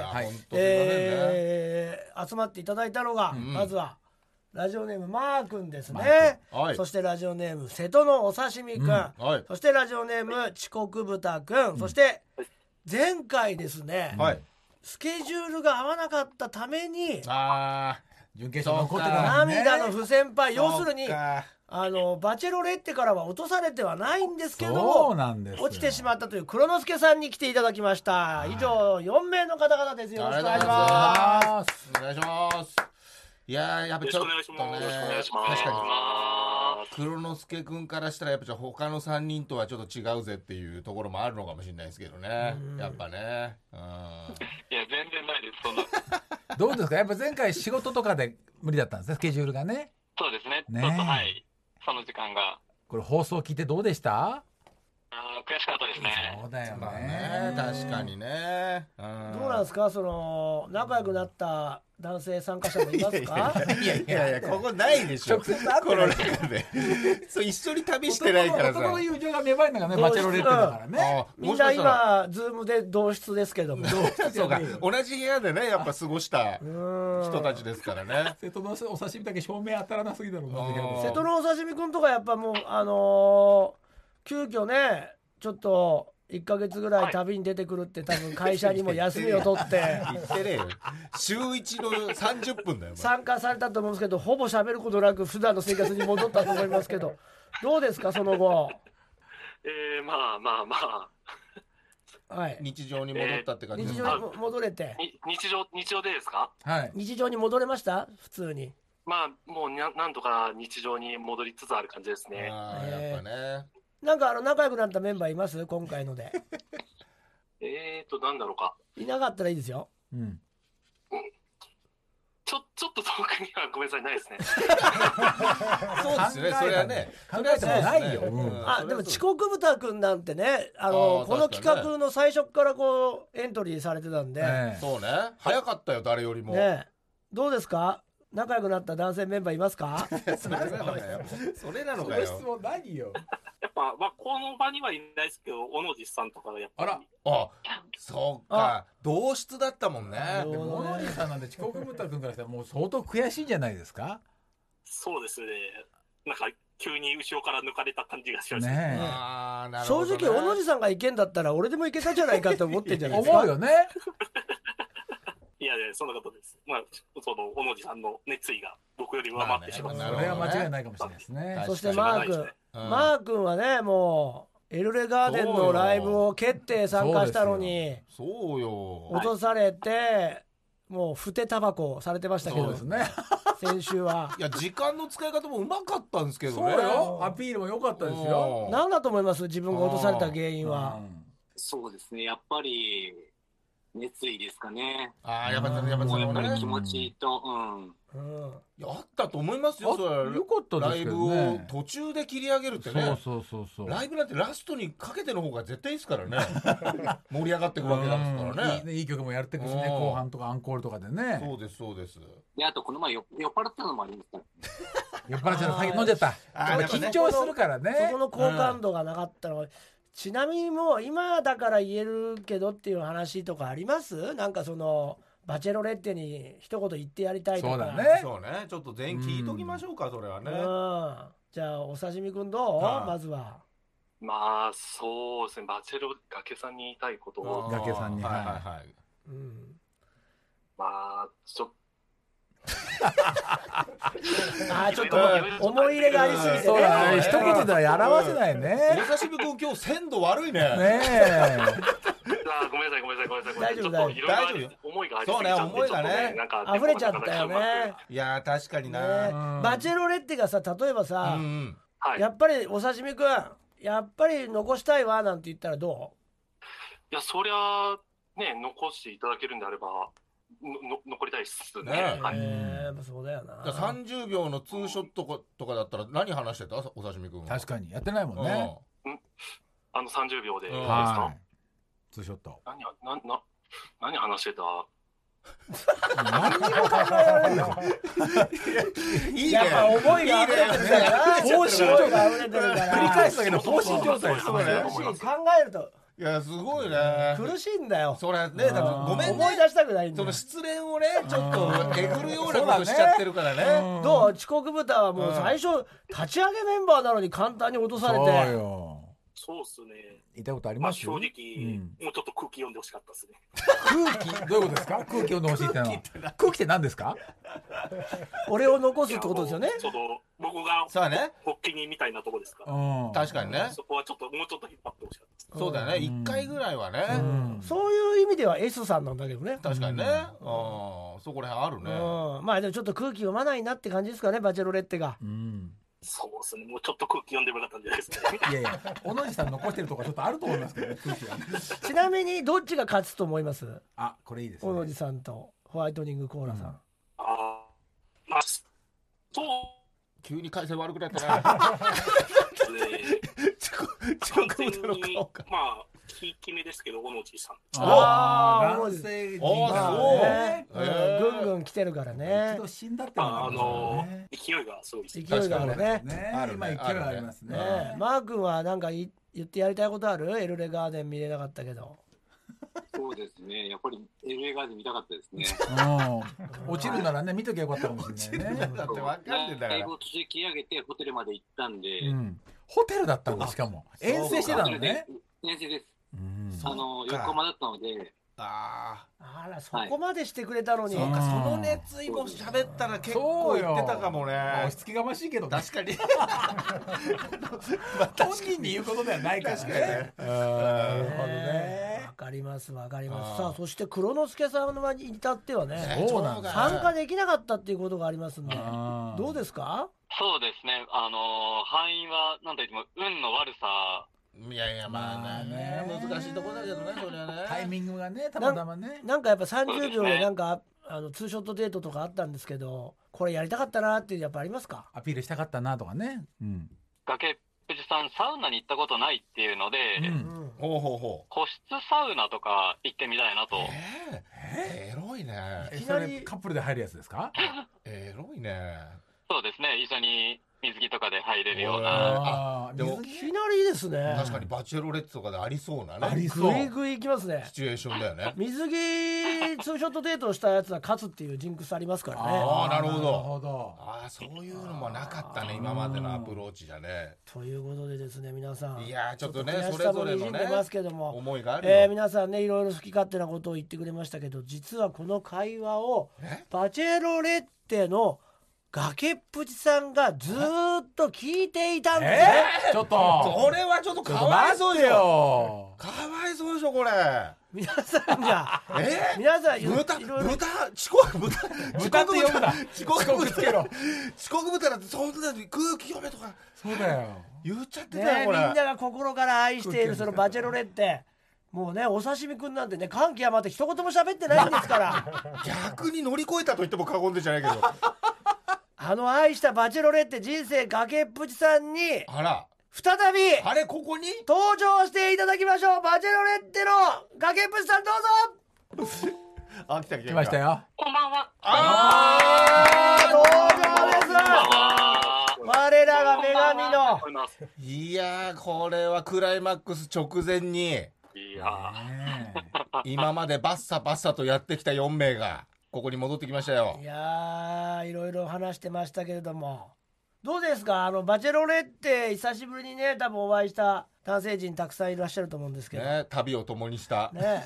集まっていただいたのが、まずはラジオネームマー君ですね、そしてラジオネーム瀬戸のお刺身くん、そしてラジオネーム遅刻豚くん、そして前回ですね、スケジュールが合わなかったために準決勝残ってた涙の不先輩、要するにバチェロレッテからは落とされてはないんですけども落ちてしまったという黒之助さんに来ていただきました。以上4名の方々です。よろしくお願いします。 お願いします。いややっぱちょっとね確かに黒之助君からしたらやっぱ他の3人とはちょっと違うぜっていうところもあるのかもしれないですけどね。やっぱね、いや全然ないですそんなどうですかやっぱ前回仕事とかで無理だったんですねスケジュールがね。 そうですねちょっとその時間が。これ放送聞いてどうでした？ 悔しかったですね。 そうだよね。 確かにね。 どうなんですか仲良くなった男性参加者もいますか？ いやここないでしょ。 直接会ってないでそう一緒に旅してないからさ。 男の友情が芽生えるのがねバチェロレッテだからね。 みんな今ズームで同室ですけどもそうか同じ部屋でねやっぱ過ごした人たちですからね。 瀬戸のお刺身だけ照明当たらなすぎだろうな。 瀬戸のお刺身くんとかやっぱもう急遽ねちょっと1ヶ月ぐらい旅に出てくるって多分会社にも休みを取って言ってねえよ週1の30分だよ参加されたと思うんですけどほぼ喋ることなく普段の生活に戻ったと思いますけどどうですかその後。 まあ日常に戻ったって感じ。 日常に戻れて日常でですか？ 日常に戻れました普通に。 もうなんとか日常に戻りつつある感じですね。 やっぱねなんか仲良くなったメンバーいます今回ので。 なんだろうか。 いなかったらいいですよ。 ちょっと遠くにはごめんなさいないですね。 そうですねそれはね考えてもないよ。 でも遅刻豚くんなんてねこの企画の最初からエントリーされてたんで。 そうね早かったよ誰よりも。 どうですか仲良くなった男性メンバーいますか？ それなのかよ。 その質問何よ。 やっぱこの場にはいないですけど小野寺さんとかやっぱり。 そうか同室だったもんね。 でも小野寺さんなんで遅刻豚君からしたらもう相当悔しいんじゃないですか？ そうですねなんか急に後ろから抜かれた感じがしましたね。 正直小野寺さんがいけんだったら俺でもいけたじゃないかと思ってんじゃないですか。 思うよね。 いやそんなことです。その小野寺さんの熱意が僕より上回ってしまった。 それは間違いないかもしれないですね。 そしてマー君はねもうエルレガーデンのライブを決定参加したのにそうよ落とされてもうふてタバコされてましたけど先週は。 いや時間の使い方もうまかったんですけどね。 そうよアピールも良かったですよ。 何だと思います自分が落とされた原因は。 そうですねやっぱり熱意ですかね。 やっぱそのね気持ちとあったと思いますよ。 よかったですけどね。 ライブを途中で切り上げるってね。 そうライブなんてラストにかけての方が絶対いいですからね。盛り上がっていくわけなんですからね。 いい曲もやっていくしね後半とかアンコールとかでね。 そうです。 であとこの前酔っ払ったのもありますから。 酔っ払っちゃった酒飲んじゃった。緊張するからね。 そこの好感度がなかったのは、ちなみにもう今だから言えるけどっていう話とかあります？なんかそのバチェロレッテに一言言ってやりたいとか。 そうだね。 そうね。ちょっと全員聞いときましょうか、それはね。 じゃあお刺身くんどう？まずは。 まあそうですね。バチェロ崖さんに言いたいことを。 崖さんに。 はいはいはい。 まあちょっと。 ちょっと思い入れがありすぎてね。 そうだね。一言では表せないね。 お刺身くん今日鮮度悪いね。 ねえ。 ごめんなさい。 大丈夫。 思いがありすぎちゃって。 そうね、思いがね。 溢れちゃったよね。 いや確かにな。 バチェロレッテがさ、例えばさ、やっぱりお刺身くん、やっぱり残したいわなんて言ったらどう？ いや、そりゃね、残していただけるんであれば。残りたいっすね。 そうだよな。 30秒のツーショットとかだったら何話してた？お刺身くんは。 確かにやってないもんね。 30秒でですか？ツーショット。 何話してた？ 何にも考えられない。やっぱ思いが溢れてるから。 放心状態。 繰り返すだけど放心状態。 考えると。 いやすごいね。 苦しいんだよ。 それね、ごめんね。 思い出したくないんだよ。 その失恋をね、ちょっとえぐるようなことしちゃってるからね。 どう？遅刻豚はもう最初立ち上げメンバーなのに簡単に落とされて。 そうっすね。 言いたいことあります？ 正直もうちょっと空気読んでほしかったですね。 空気どういうことですか？空気読んでほしいってのは。空気って何ですか？ 俺を残すってことですよね。 僕がそうね。 発起人みたいなとこですか。 確かにね。 そこはちょっともうちょっと引っ張ってほしかった。 そうだよね。1回ぐらいはね。 そういう意味では S さんなんだけどね。 確かにね。そこら辺あるね。 まあでもちょっと空気読まないなって感じですかね、バチェロレッテが。 そうですね。もうちょっと空気読んでもよかったんじゃないですかね。 いやいや、小野寺さん残してるとこちょっとあると思いますけどね、空気は。 ちなみにどっちが勝つと思います？ これいいですね。 小野寺さんとホワイトニングコーラさん。 まあそう。 急に回線悪くなったな。完全にまあひいき目ですけど小野寺さん。 男性ぐんぐん来てるからね。 一度死んだっての勢いがすごいです。 勢いがあるね。 今勢いがありますね。 マー君はなんか言ってやりたいことある？エルレガーデン見れなかったけど。 そうですね。やっぱりエルレガーデン見たかったですね。 落ちるならね見ときゃよかったかもしれないね。 だって分かってんだから。 途中切り上げてホテルまで行ったんで。 ホテルだったんだ。しかも遠征してたのね。 遠征です。横浜だったので。 あらそこまでしてくれたのに。 そうか、その熱意も喋ったら結構言ってたかもね。 押し付けがましいけど確かに。 本人に言うことではないからね。 なるほどね。わかります。さあそして黒之助さんに至ってはね、参加できなかったっていうことがありますんで、どうですか？ そうですね。敗因はなんといっても運の悪さ。 いやまあね、難しいところだけどね、それはね。 タイミングがね、たまたまね。 なんかやっぱ30秒でなんかツーショットデートとかあったんですけど、これやりたかったなってやっぱありますか？ アピールしたかったなとかね。 崖っぷちさんサウナに行ったことないっていうので、個室サウナとか行ってみたいなと。 エロいね。 それカップルで入るやつですか？ エロいね。 そうですね。一緒に水着とかで入れるような。 でもいきなりですね。 確かにバチェロレッテとかでありそうなね。 ありそう。グイグイいきますね。 シチュエーションだよね。 水着ツーショットデートをしたやつは勝つっていうジンクスありますからね。 なるほど。そういうのもなかったね、今までのアプローチじゃね。 ということでですね、皆さん。 いやちょっとね、それぞれのね思いがあるよ。 皆さんね、いろいろ好き勝手なことを言ってくれましたけど、実はこの会話をバチェロレッテの崖っぷちさんがずーっと聞いていたんですね。 ちょっとこれはちょっとかわいそうでしょ。かわいそうでしょこれ。 皆さんが豚って読むな。遅刻豚だってそんな空気読めとか。 そうだよ。 言っちゃってたよこれ。みんなが心から愛しているそのバチェロレッテ。もうね、お刺身くんなんてね、感極まって一言も喋ってないんですから。 逆に乗り越えたと言っても過言でじゃないけど。 愛したバチェロレッテ人生崖っぷちさんに再びここに登場していただきましょう。バチェロレッテの崖っぷちさんどうぞ。 来ましたよ。 こんばんは。 登場です。 思います。 いやー、これはクライマックス直前に、 いや今までバッサバッサとやってきた4名がここに戻ってきましたよ。 いやー、いろいろ話してましたけれども、どうですか、バチェロレって久しぶりにね、多分お会いした男性陣たくさんいらっしゃると思うんですけどね、旅を共にしたね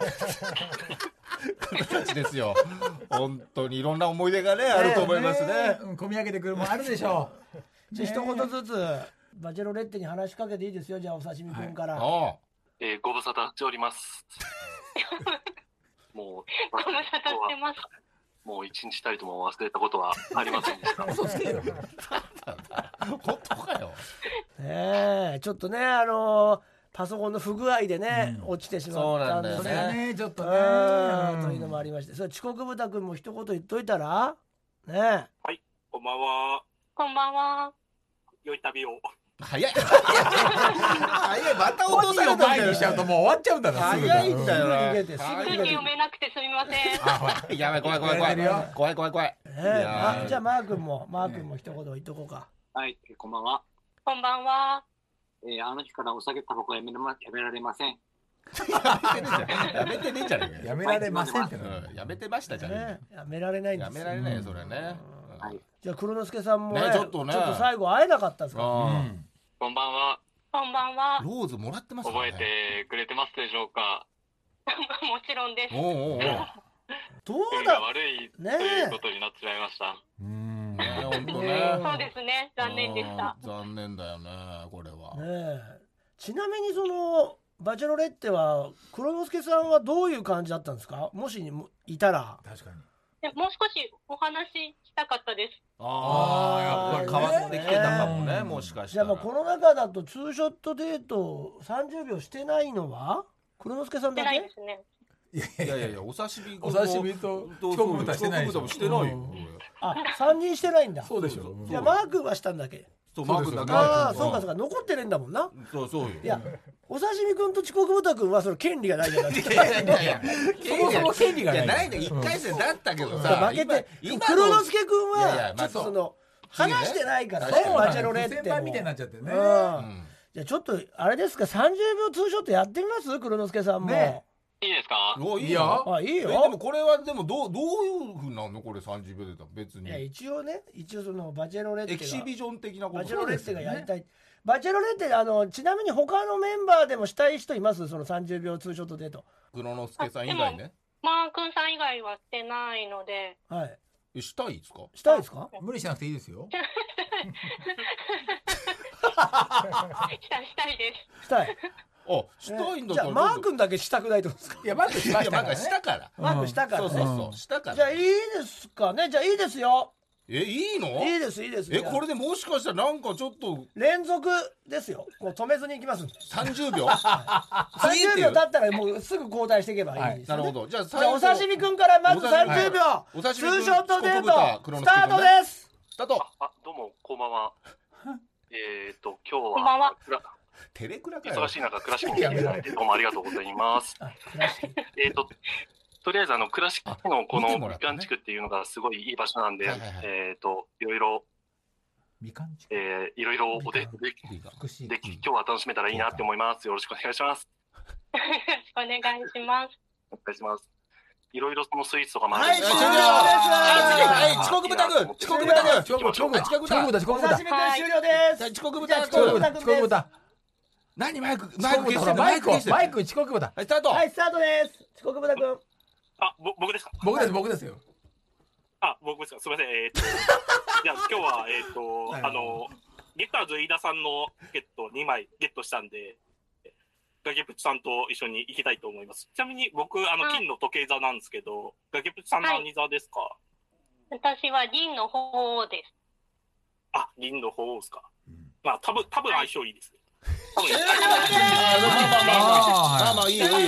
方たちですよ。本当にいろんな思い出がね、あると思いますね。 込み上げてくるもんあるでしょう。 じゃあ一言ずつバチェロレッテに話しかけていいですよ。じゃあお刺身くんから、 ご無沙汰しております。もうご無沙汰してます。 もう一日たりとも忘れたことはありませんでした。 嘘つけよ。 本当かよ。 ねえ、ちょっとねパソコンの不具合でね、落ちてしまったんですそれがねちょっとねというのもありまして、それ遅刻豚くんも一言言っといたらねえ。 はい、こんばんは。 こんばんは。 良い旅を。 早い早い、また落とされた前にしちゃうともう終わっちゃうんだな。 早いんだよな。 すぐ逃げてすぐ逃げて空気読めなくてすみません。 やばい、怖い怖い怖い怖い怖い怖い。 じゃあマー君も一言言っとこうか。 はい、こんばんは。 こんばんは。 あの日からお酒タバコやめられません。 やめてねえじゃねえか。 やめられませんってやめてましたじゃねえ。やめられないんです。 やめられないよそれね。 じゃあ黒之助さんもね、 ちょっと最後会えなかったですか。 こんばんは。 こんばんは。 ローズもらってます覚えてくれてますでしょうか。 もちろんです。 どう運だが悪いということになってしまいました。 本当ね。 そうですね。残念でした。 残念だよね、これは。 ちなみにそのバチェロレッテは黒之助さんはどういう感じだったんですか。もしいたら。 確かに。 もう少しお話ししたかったです。 やっぱり変わってきてたかもね、もしかしたら。 じゃあこの中だとツーショットデート30秒してないのは黒之助さんだけ。 してないですね。 いやいや、お刺身と遅刻豚してないでしょ。 してないよ。 あ、3人してないんだ。 そうでしょ。 じゃあマー君はしたんだけ。 そう、マー君だけ。 ああ、そうかそうか、残ってるんだもんな。 そうよ。 いや、お刺身君と遅刻豚君はその権利がないじゃないですか。 そもそも権利がない。 ないね、1回戦だったけどさ。 負けて、黒之助君はちょっとその話してないからね、バチェロレッテも。 先輩みたいになっちゃってね。 じゃあちょっとあれですか、30秒ツーショットやってみます？黒之助さんも。 いいですか？ いいよ。 あ、いいよ。 でもこれはでもどういうふうなのこれ30秒でた別に。 いや一応そのバチェロレッテがエキシビジョン的なこと。 バチェロレッテがやりたい。バチェロレッテちなみに他のメンバーでもしたい人います？その30秒ツーショットデート。 黒之助さん以外ね。 マー君さん以外はしてないので。 はい。 したいですか？ したいですか？ 無理しなくていいですよ。 したいです。 したい。 あ、したいんだ。 じゃあマー君だけしたくないってことですか？ いやマー君しましたからね。 したから。 マー君したからね。 そうしたから。 じゃあいいですかね。じゃあいいですよ。 いいの？ いいですいいです。 これでもしかしたらなんかちょっと連続ですよ。もう止めずにいきますんで。 30秒 30秒経ったらもうすぐ交代していけばいいです。 なるほど。じゃあお刺身くんからまず30秒ツーショットデートスタートです。 スタート。 どうもこんばんは。今日はこんばんは。 テレクラかよ。 忙しい中倉敷に来ていただいてどうもありがとうございます。とりあえず倉敷のこのみかん地区っていうのがすごいいい場所なんで、いろいろおで今日は楽しめたらいいなって思います。よろしくお願いします。 よろしくお願いします。 お願いします。いろいろそのスイーツとかもはい、終了です。 遅刻豚くん、遅刻豚くん、遅刻豚、遅刻豚、 お刺身くん終了です。 遅刻豚、 遅刻豚くんです。 遅刻豚。 何マイクマイク遅刻豚。 はい、スタート。 はい、スタートです。遅刻豚くん。 僕ですか？ 僕ですよ。 僕ですか？すみません。じゃあ今日はゲッターズ飯田さんのチケット2枚ゲットしたんで、崖っぷちさんと一緒に行きたいと思います。ちなみに僕金の時計座なんですけど、崖っぷちさん何座ですか？ 私は銀の鳳凰です。 銀の鳳凰ですか？まあ多分相性いいですね。まあいいよ。 はい、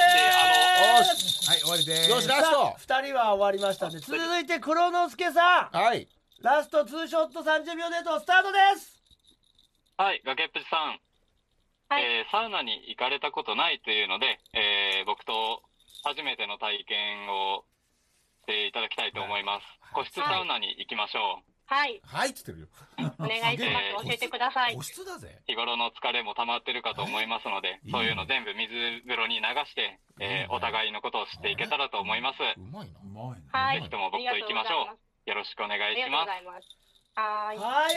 終わりです。 よし、ラスト。 2人は終わりましたんで、続いて黒之助さん。 はい。 ラストツーショット30秒デートスタートです。 はい、崖っぷちさん。サウナに行かれたことないというので、僕と初めての体験をしていただきたいと思います。個室サウナに行きましょう。 はいはいっつってるよ。 お願いします。教えてください。 個室だぜ。 日頃の疲れも溜まってるかと思いますので、そういうの全部水風呂に流して、お互いのことを知っていけたらと思います。 うまいな。 うまいね。 はい。 ぜひとも僕と行きましょう。よろしくお願いします。 はい。 はい、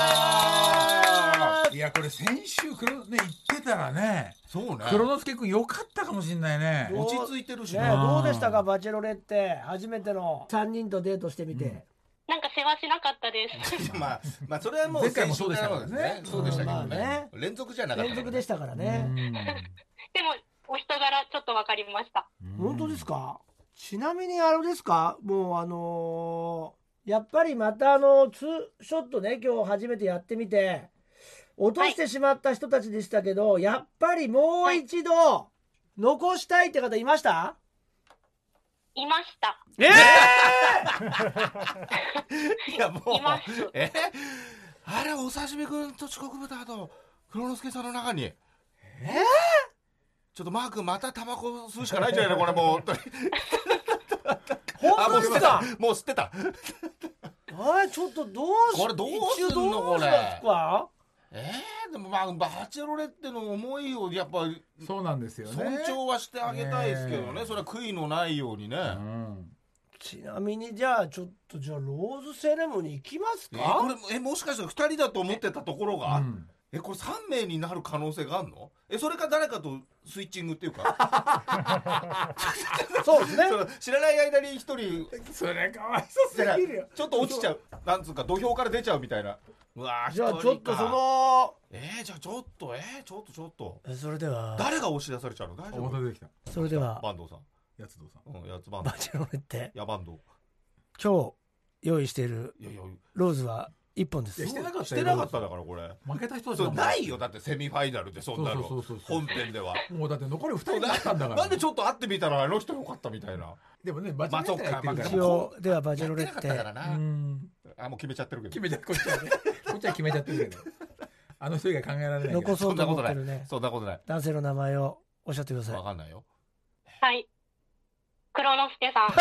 ありがとうございます。 いやこれ先週ね言ってたらね、 そうね。 黒之助君よかったかもしれないね。 落ち着いてるしね。 どうでしたかバチェロレって初めての3人とデートしてみて。 なんか世話しなかったです。 まあそれはもう前回もそうでしたからね。 そうでしたけどね。連続じゃなかった。 連続でしたからね。 でもお人柄ちょっと分かりました。 本当ですか。ちなみにあれですか、もうやっぱりまたツーショットね今日初めてやってみて落としてしまった人たちでしたけど、やっぱりもう一度残したいって方いました？ いました。 いやもういます。 あれお刺身くんと遅刻豚と黒之助さんの中にちょっとマー君またタバコ吸うしかないんじゃないのこれもう本当に。 本当ですか。 もう吸ってた。 ちょっとどうこれどうすんのこれ。でもまあバチェロレッテの思いをやっぱりそうなんですよね。 尊重はしてあげたいですけどね。それは悔いのないようにね。 ちなみにじゃあちょっとローズセレモニー行きますか。 これもしかして2人だと思ってたところが、これ3名になる可能性があるの？それか誰かとスイッチングっていうかそうですね。 知らない間に1人それかわいそうすぎるよ。 ちょっと落ちちゃう、なんつうか土俵から出ちゃうみたいな。うわじゃあちょっとそのじゃあちょっとそれでは誰が押し出されちゃうの？大丈夫？ 出てきた。 それでは坂東さん、 やつどうさん、 やつバンドバチェロレッテやバンド今日用意しているローズは1本です。 してなかっただからこれ負けた人そうないよ。だってセミファイナルでそんなの本編ではもうだって残り2人になったんだから。 なんでちょっと会ってみたらあの人よかったみたいな。 でもねバチェロレッテやってるから一応ではバチェロレッテもう決めちゃってるけど。 決めちゃこっちは決めちゃってるけどあの人以外考えられない。 残そうと思ってるね。 そんなことない。 男性の名前をおっしゃってください。 わかんないよ。 はい。黒之助さん。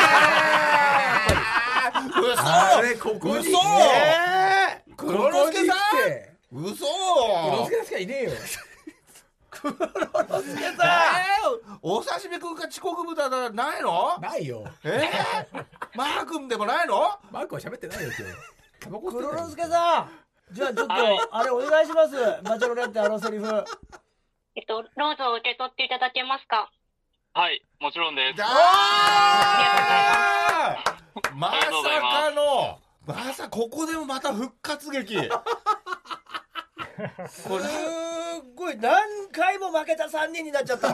嘘。 あれここに。 嘘。黒之助さん。嘘。 黒之助しかいねえよ。 黒之助さん。 お刺身くんか遅刻豚だないの？ ないよ。 マー君でもないの？ マー君は喋ってないよ今日。 黒之助さん。じゃあちょっとあれお願いします。バチェロレッテセリフ。 ローズを受け取っていただけますか？ はい、もちろんです。 まさかのここでもまた復活劇。 すごい何回も負けた3人になっちゃった。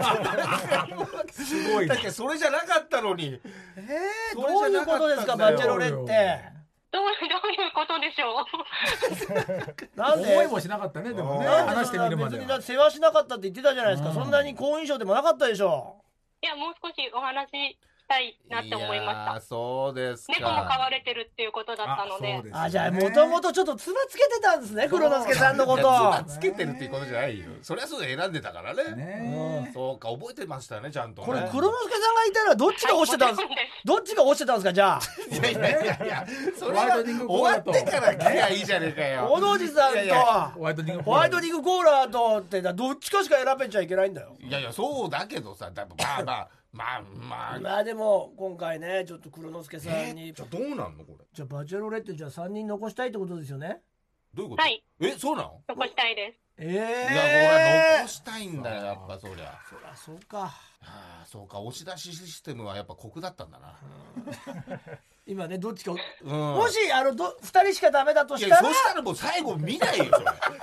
すごい。 確かにそれじゃなかったのに。 どういうことですかバチェロレッテ。 どういうことでしょう。なんで思いもしなかったね。でもね話してみるまでは別に世話しなかったって言ってたじゃないですか。そんなに好印象でもなかったでしょ。 いやもう少しお話したいなって思いました。 そうですか。 猫も飼われてるっていうことだったので。 じゃあもともとちょっとつばつけてたんですね黒之助さんのこと。 つばつけてるっていうことじゃないよ。そりゃそう選んでたからね。そうか覚えてましたねちゃんとね。 これ黒之助さんがいたらどっちが押してたんですか。どっちが押してたんですかじゃあ。 いやそれは終わってから来りゃいいじゃねえかよ。 小野寺さんとホワイトニングコーラとってどっちかしか選べちゃいけないんだよ。 いやそうだけどさまあでも今回ねちょっと黒之助さんにじゃあどうなんのこれ。 じゃあバチェロレッテじゃあ3人残したいってことですよね。 どういうこと？ はい。 そうなの？ 残したいです。 いや俺残したいんだよやっぱそりゃそうか。 そうか押し出しシステムはやっぱ酷だったんだな。 今ねどっちかもし2人しかダメだとしたらそしたらもう最後見ないよそれ。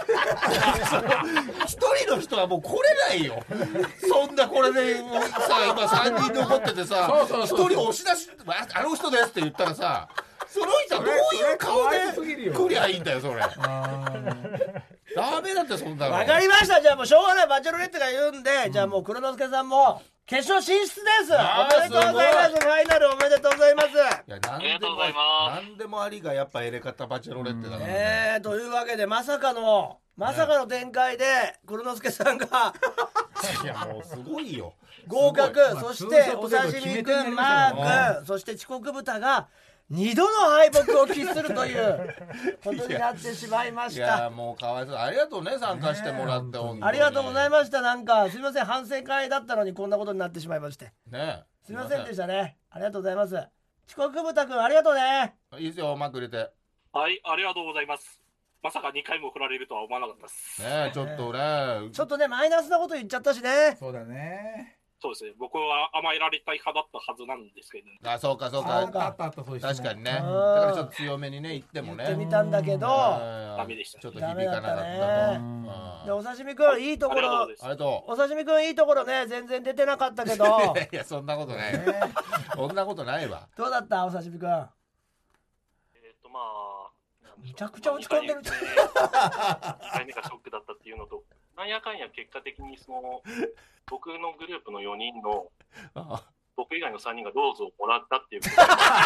一人の人はもう来れないよ。そんなこれで今3人残っててさ一人押し出しあの人ですって言ったらさその人はどういう顔で来りゃいいんだよそれ。ダメだってそんなの。 分かりました。じゃあもうしょうがないバチェロレッテが言うんでじゃあもう黒之助さんも決勝進出です。おめでとうございます。ファイナルおめでとうございます。 いやなんでもありがやっぱエレカタバチェロレッテだからね。 というわけでまさかの展開で黒之助さんがいやもうすごいよ合格。そしてお刺身くんマー君そして遅刻豚が 2度の敗北を喫するということになってしまいました。 いやもうかわいそう。ありがとうね、参加してもらって。 ありがとうございました。なんかすみません、反省会だったのにこんなことになってしまいましてね。 すみませんでしたね。ありがとうございます。遅刻豚くんありがとうね。 いいですよ、マック入れて。 はい、ありがとうございます。まさか2回も振られるとは思わなかったですね。ちょっとねマイナスなこと言っちゃったしね。 そうだね。 そうですね、僕は甘えられたい派だったはずなんですけど、ね、 あ、そうかそうか、確かにね。だからちょっと強めにね言ってもね、 言ってみたんだけどダメでした。 ちょっと響かなかったで、お刺身くんいいところ、お刺身くんいいところね、全然出てなかったけどいやそんなことない、そんなことないわ。 どうだったお刺身くん。 まあめちゃくちゃ落ち込んでる。 1回目がショックだったっていうのと、なんやかんや結果的にその僕のグループの4人の僕以外の3人がローズをもらったっていうこと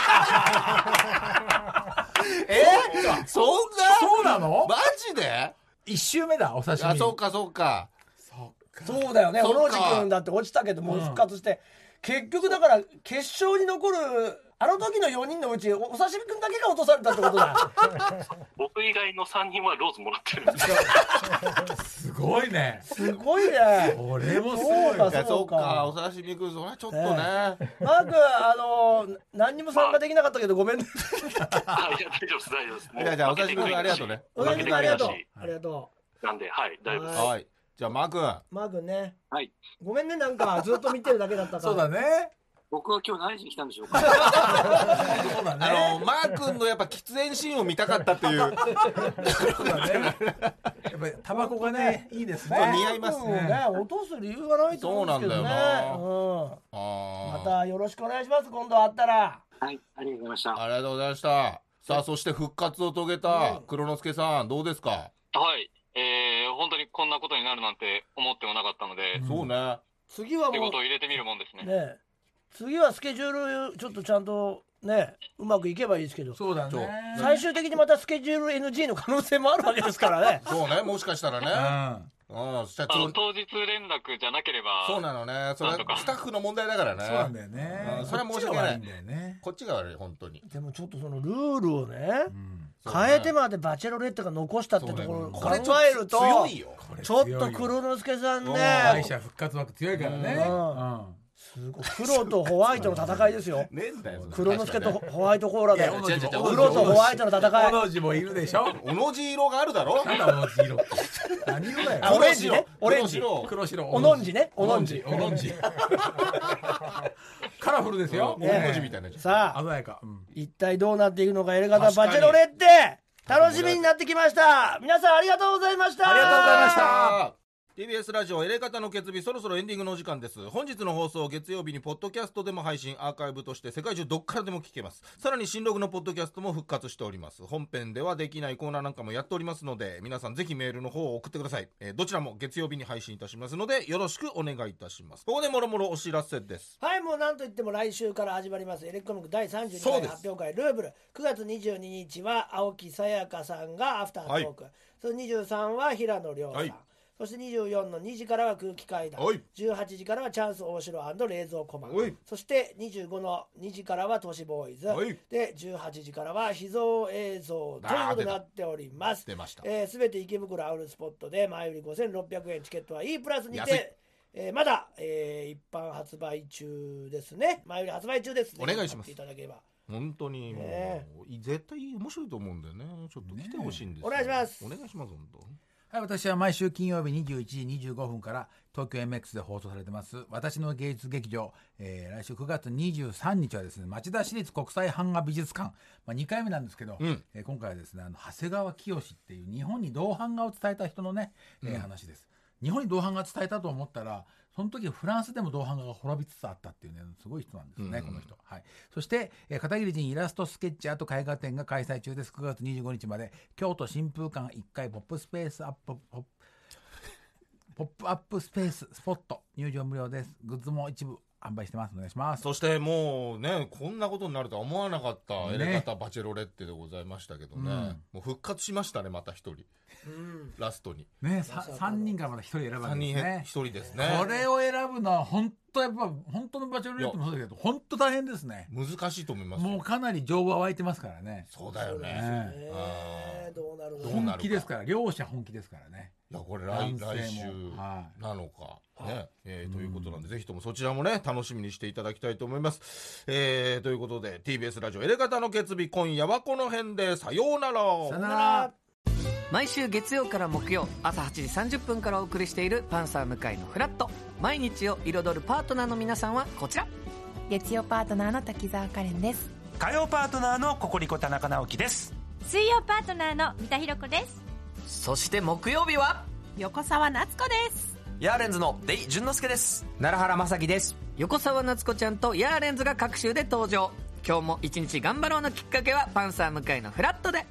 でそうなの？マジで ？1周目だ、お刺身。 あ、そうかそうか。 そうだよね。小野寺君だって落ちたけどもう復活して、結局だから決勝に残るあの時の4人のうちお刺身くんだけが落とされたってことだ。 僕以外の3人はローズもらってるんですよ。 すごいね。 すごいね。 これもすごい。 そうか、お刺身くんそれはちょっとね。 マーク何にも参加できなかったけどごめんね。 いや大丈夫です大丈夫です。 いやじゃあお刺身くんありがとうね。 お刺身くんありがとう。ありがとう。なんではい大丈夫です。 はい。じゃあマー君ね。 はい。 ごめんね、なんかずっと見てるだけだったから。 そうだね。 僕は今日何しに来たんでしょうか。 そうだね。 マー君のやっぱ喫煙シーンを見たかったっていう。 そうだね。やっぱりタバコがねいいですね。 似合いますね。 落とす理由がないと思うんですけどね。 そうなんだよな。 またよろしくお願いします。今度会ったら。 はい、ありがとうございました。 ありがとうございました。さあそして復活を遂げた黒之助さんどうですか。 はい。本当にこんなことになるなんて思ってもなかったので。 そうね。 次はもう仕事を入れてみるもんですね。 ね。次はスケジュールちょっとちゃんとねうまくいけばいいですけど。 そうだね。 最終的にまたスケジュール NG の可能性もあるわけですからね。 そうね、もしかしたらね。 当日連絡じゃなければ。 そうなのね。それはスタッフの問題だからね。 そうなんだよね。 それは申し訳ない。こっちが悪い本当に。 でもちょっとそのルールをね変えてまでバチェロレッテが残したってところを考えると強いよ。 ちょっと黒之助さんね。 敗者復活枠強いからね。 すごい黒とホワイトの戦いですよ。黒之助とホワイトコーラで黒とホワイトの戦い。 おの字もいるでしょ。 おの字色があるだろ。 なんだおの字色って。何色だよ。 オレンジね。オレンジ。 黒白。 おのんじね。おのんじ。 おのんじ。カラフルですよ。 おの字みたいな。 さあ鮮やか。 一体どうなっていくのかエレガタバチェロレッテ楽しみになってきました。皆さんありがとうございました。 ありがとうございました。 TBS ラジオエレガタの決日そろそろエンディングのお時間です。本日の放送月曜日にポッドキャストでも配信アーカイブとして世界中どっからでも聞けます。さらに新録のポッドキャストも復活しております。本編ではできないコーナーなんかもやっておりますので皆さんぜひメールの方を送ってください。どちらも月曜日に配信いたしますのでよろしくお願いいたします。ここでもろもろお知らせです。 はい、もうなんといっても来週から始まりますエレコミック第32回発表会ルーブル。9月22日は青木さやかさんがアフタートーク、それ23は平野亮さん、そして24の2時からは空気階段、18時からはチャンス大城&冷蔵庫マン、そして25の2時からは都市ボーイズ、で18時からは秘蔵映像ということになっております。 出ました。 すべて池袋アウルスポットで前売り5600円、チケットは E プラスにてまだ、一般発売中ですね。前売り発売中です。 お願いします。 いただければ本当にもう、絶対面白いと思うんだよね。ちょっと来てほしいんですよ。 お願いします。 お願いします本当。 はい、私は毎週金曜日21時25分から東京 MX で放送されてます私の芸術劇場、来週9月23日はですね町田市立国際版画美術館、2回目なんですけど、今回はですね長谷川清っていう日本に銅版画を伝えた人のね、話です。日本に銅版画伝えたと思ったらその時フランスでも銅版画が滅びつつあったっていうねすごい人なんですね、この人。はい、そして、片桐仁イラストスケッチアート絵画展が開催中です。9月25日まで京都新風館1階ポップアップスペーススポット入場無料です。グッズも一部販売してます。お願いします。 そしてもうね、こんなことになるとは思わなかったエレガタバチェロレッテでございましたけどね、もう復活しましたね、また一人、ラストにね、3人からまた1人選ばれるんですね。 1人ですね。 これを選ぶのは本当、やっぱ本当のバチェロレッテもそうだけど本当大変ですね。 難しいと思います。 もうかなり情報は湧いてますからね。 そうだよね。 どうなるの。 本気ですから、両者本気ですからね。 いや、これ来週なのか、ね、ということなんで、ぜひともそちらもね楽しみにしていただきたいと思います。ということで TBS ラジオエレガタの決日、今夜はこの辺でさようなら。 さよなら。 毎週月曜から木曜朝8時30分からお送りしているパンサー向井のフラット。毎日を彩るパートナーの皆さんはこちら。 月曜パートナーの滝沢カレンです。 火曜パートナーのココリコ田中直樹です。 水曜パートナーの三田寛子です。 そして木曜日は横澤夏子です。 ヤーレンズのデイ淳之介です。 奈良原正樹です。 横澤夏子ちゃんとヤーレンズが各週で登場。今日も一日頑張ろうのきっかけはパンサー向井のフラットで。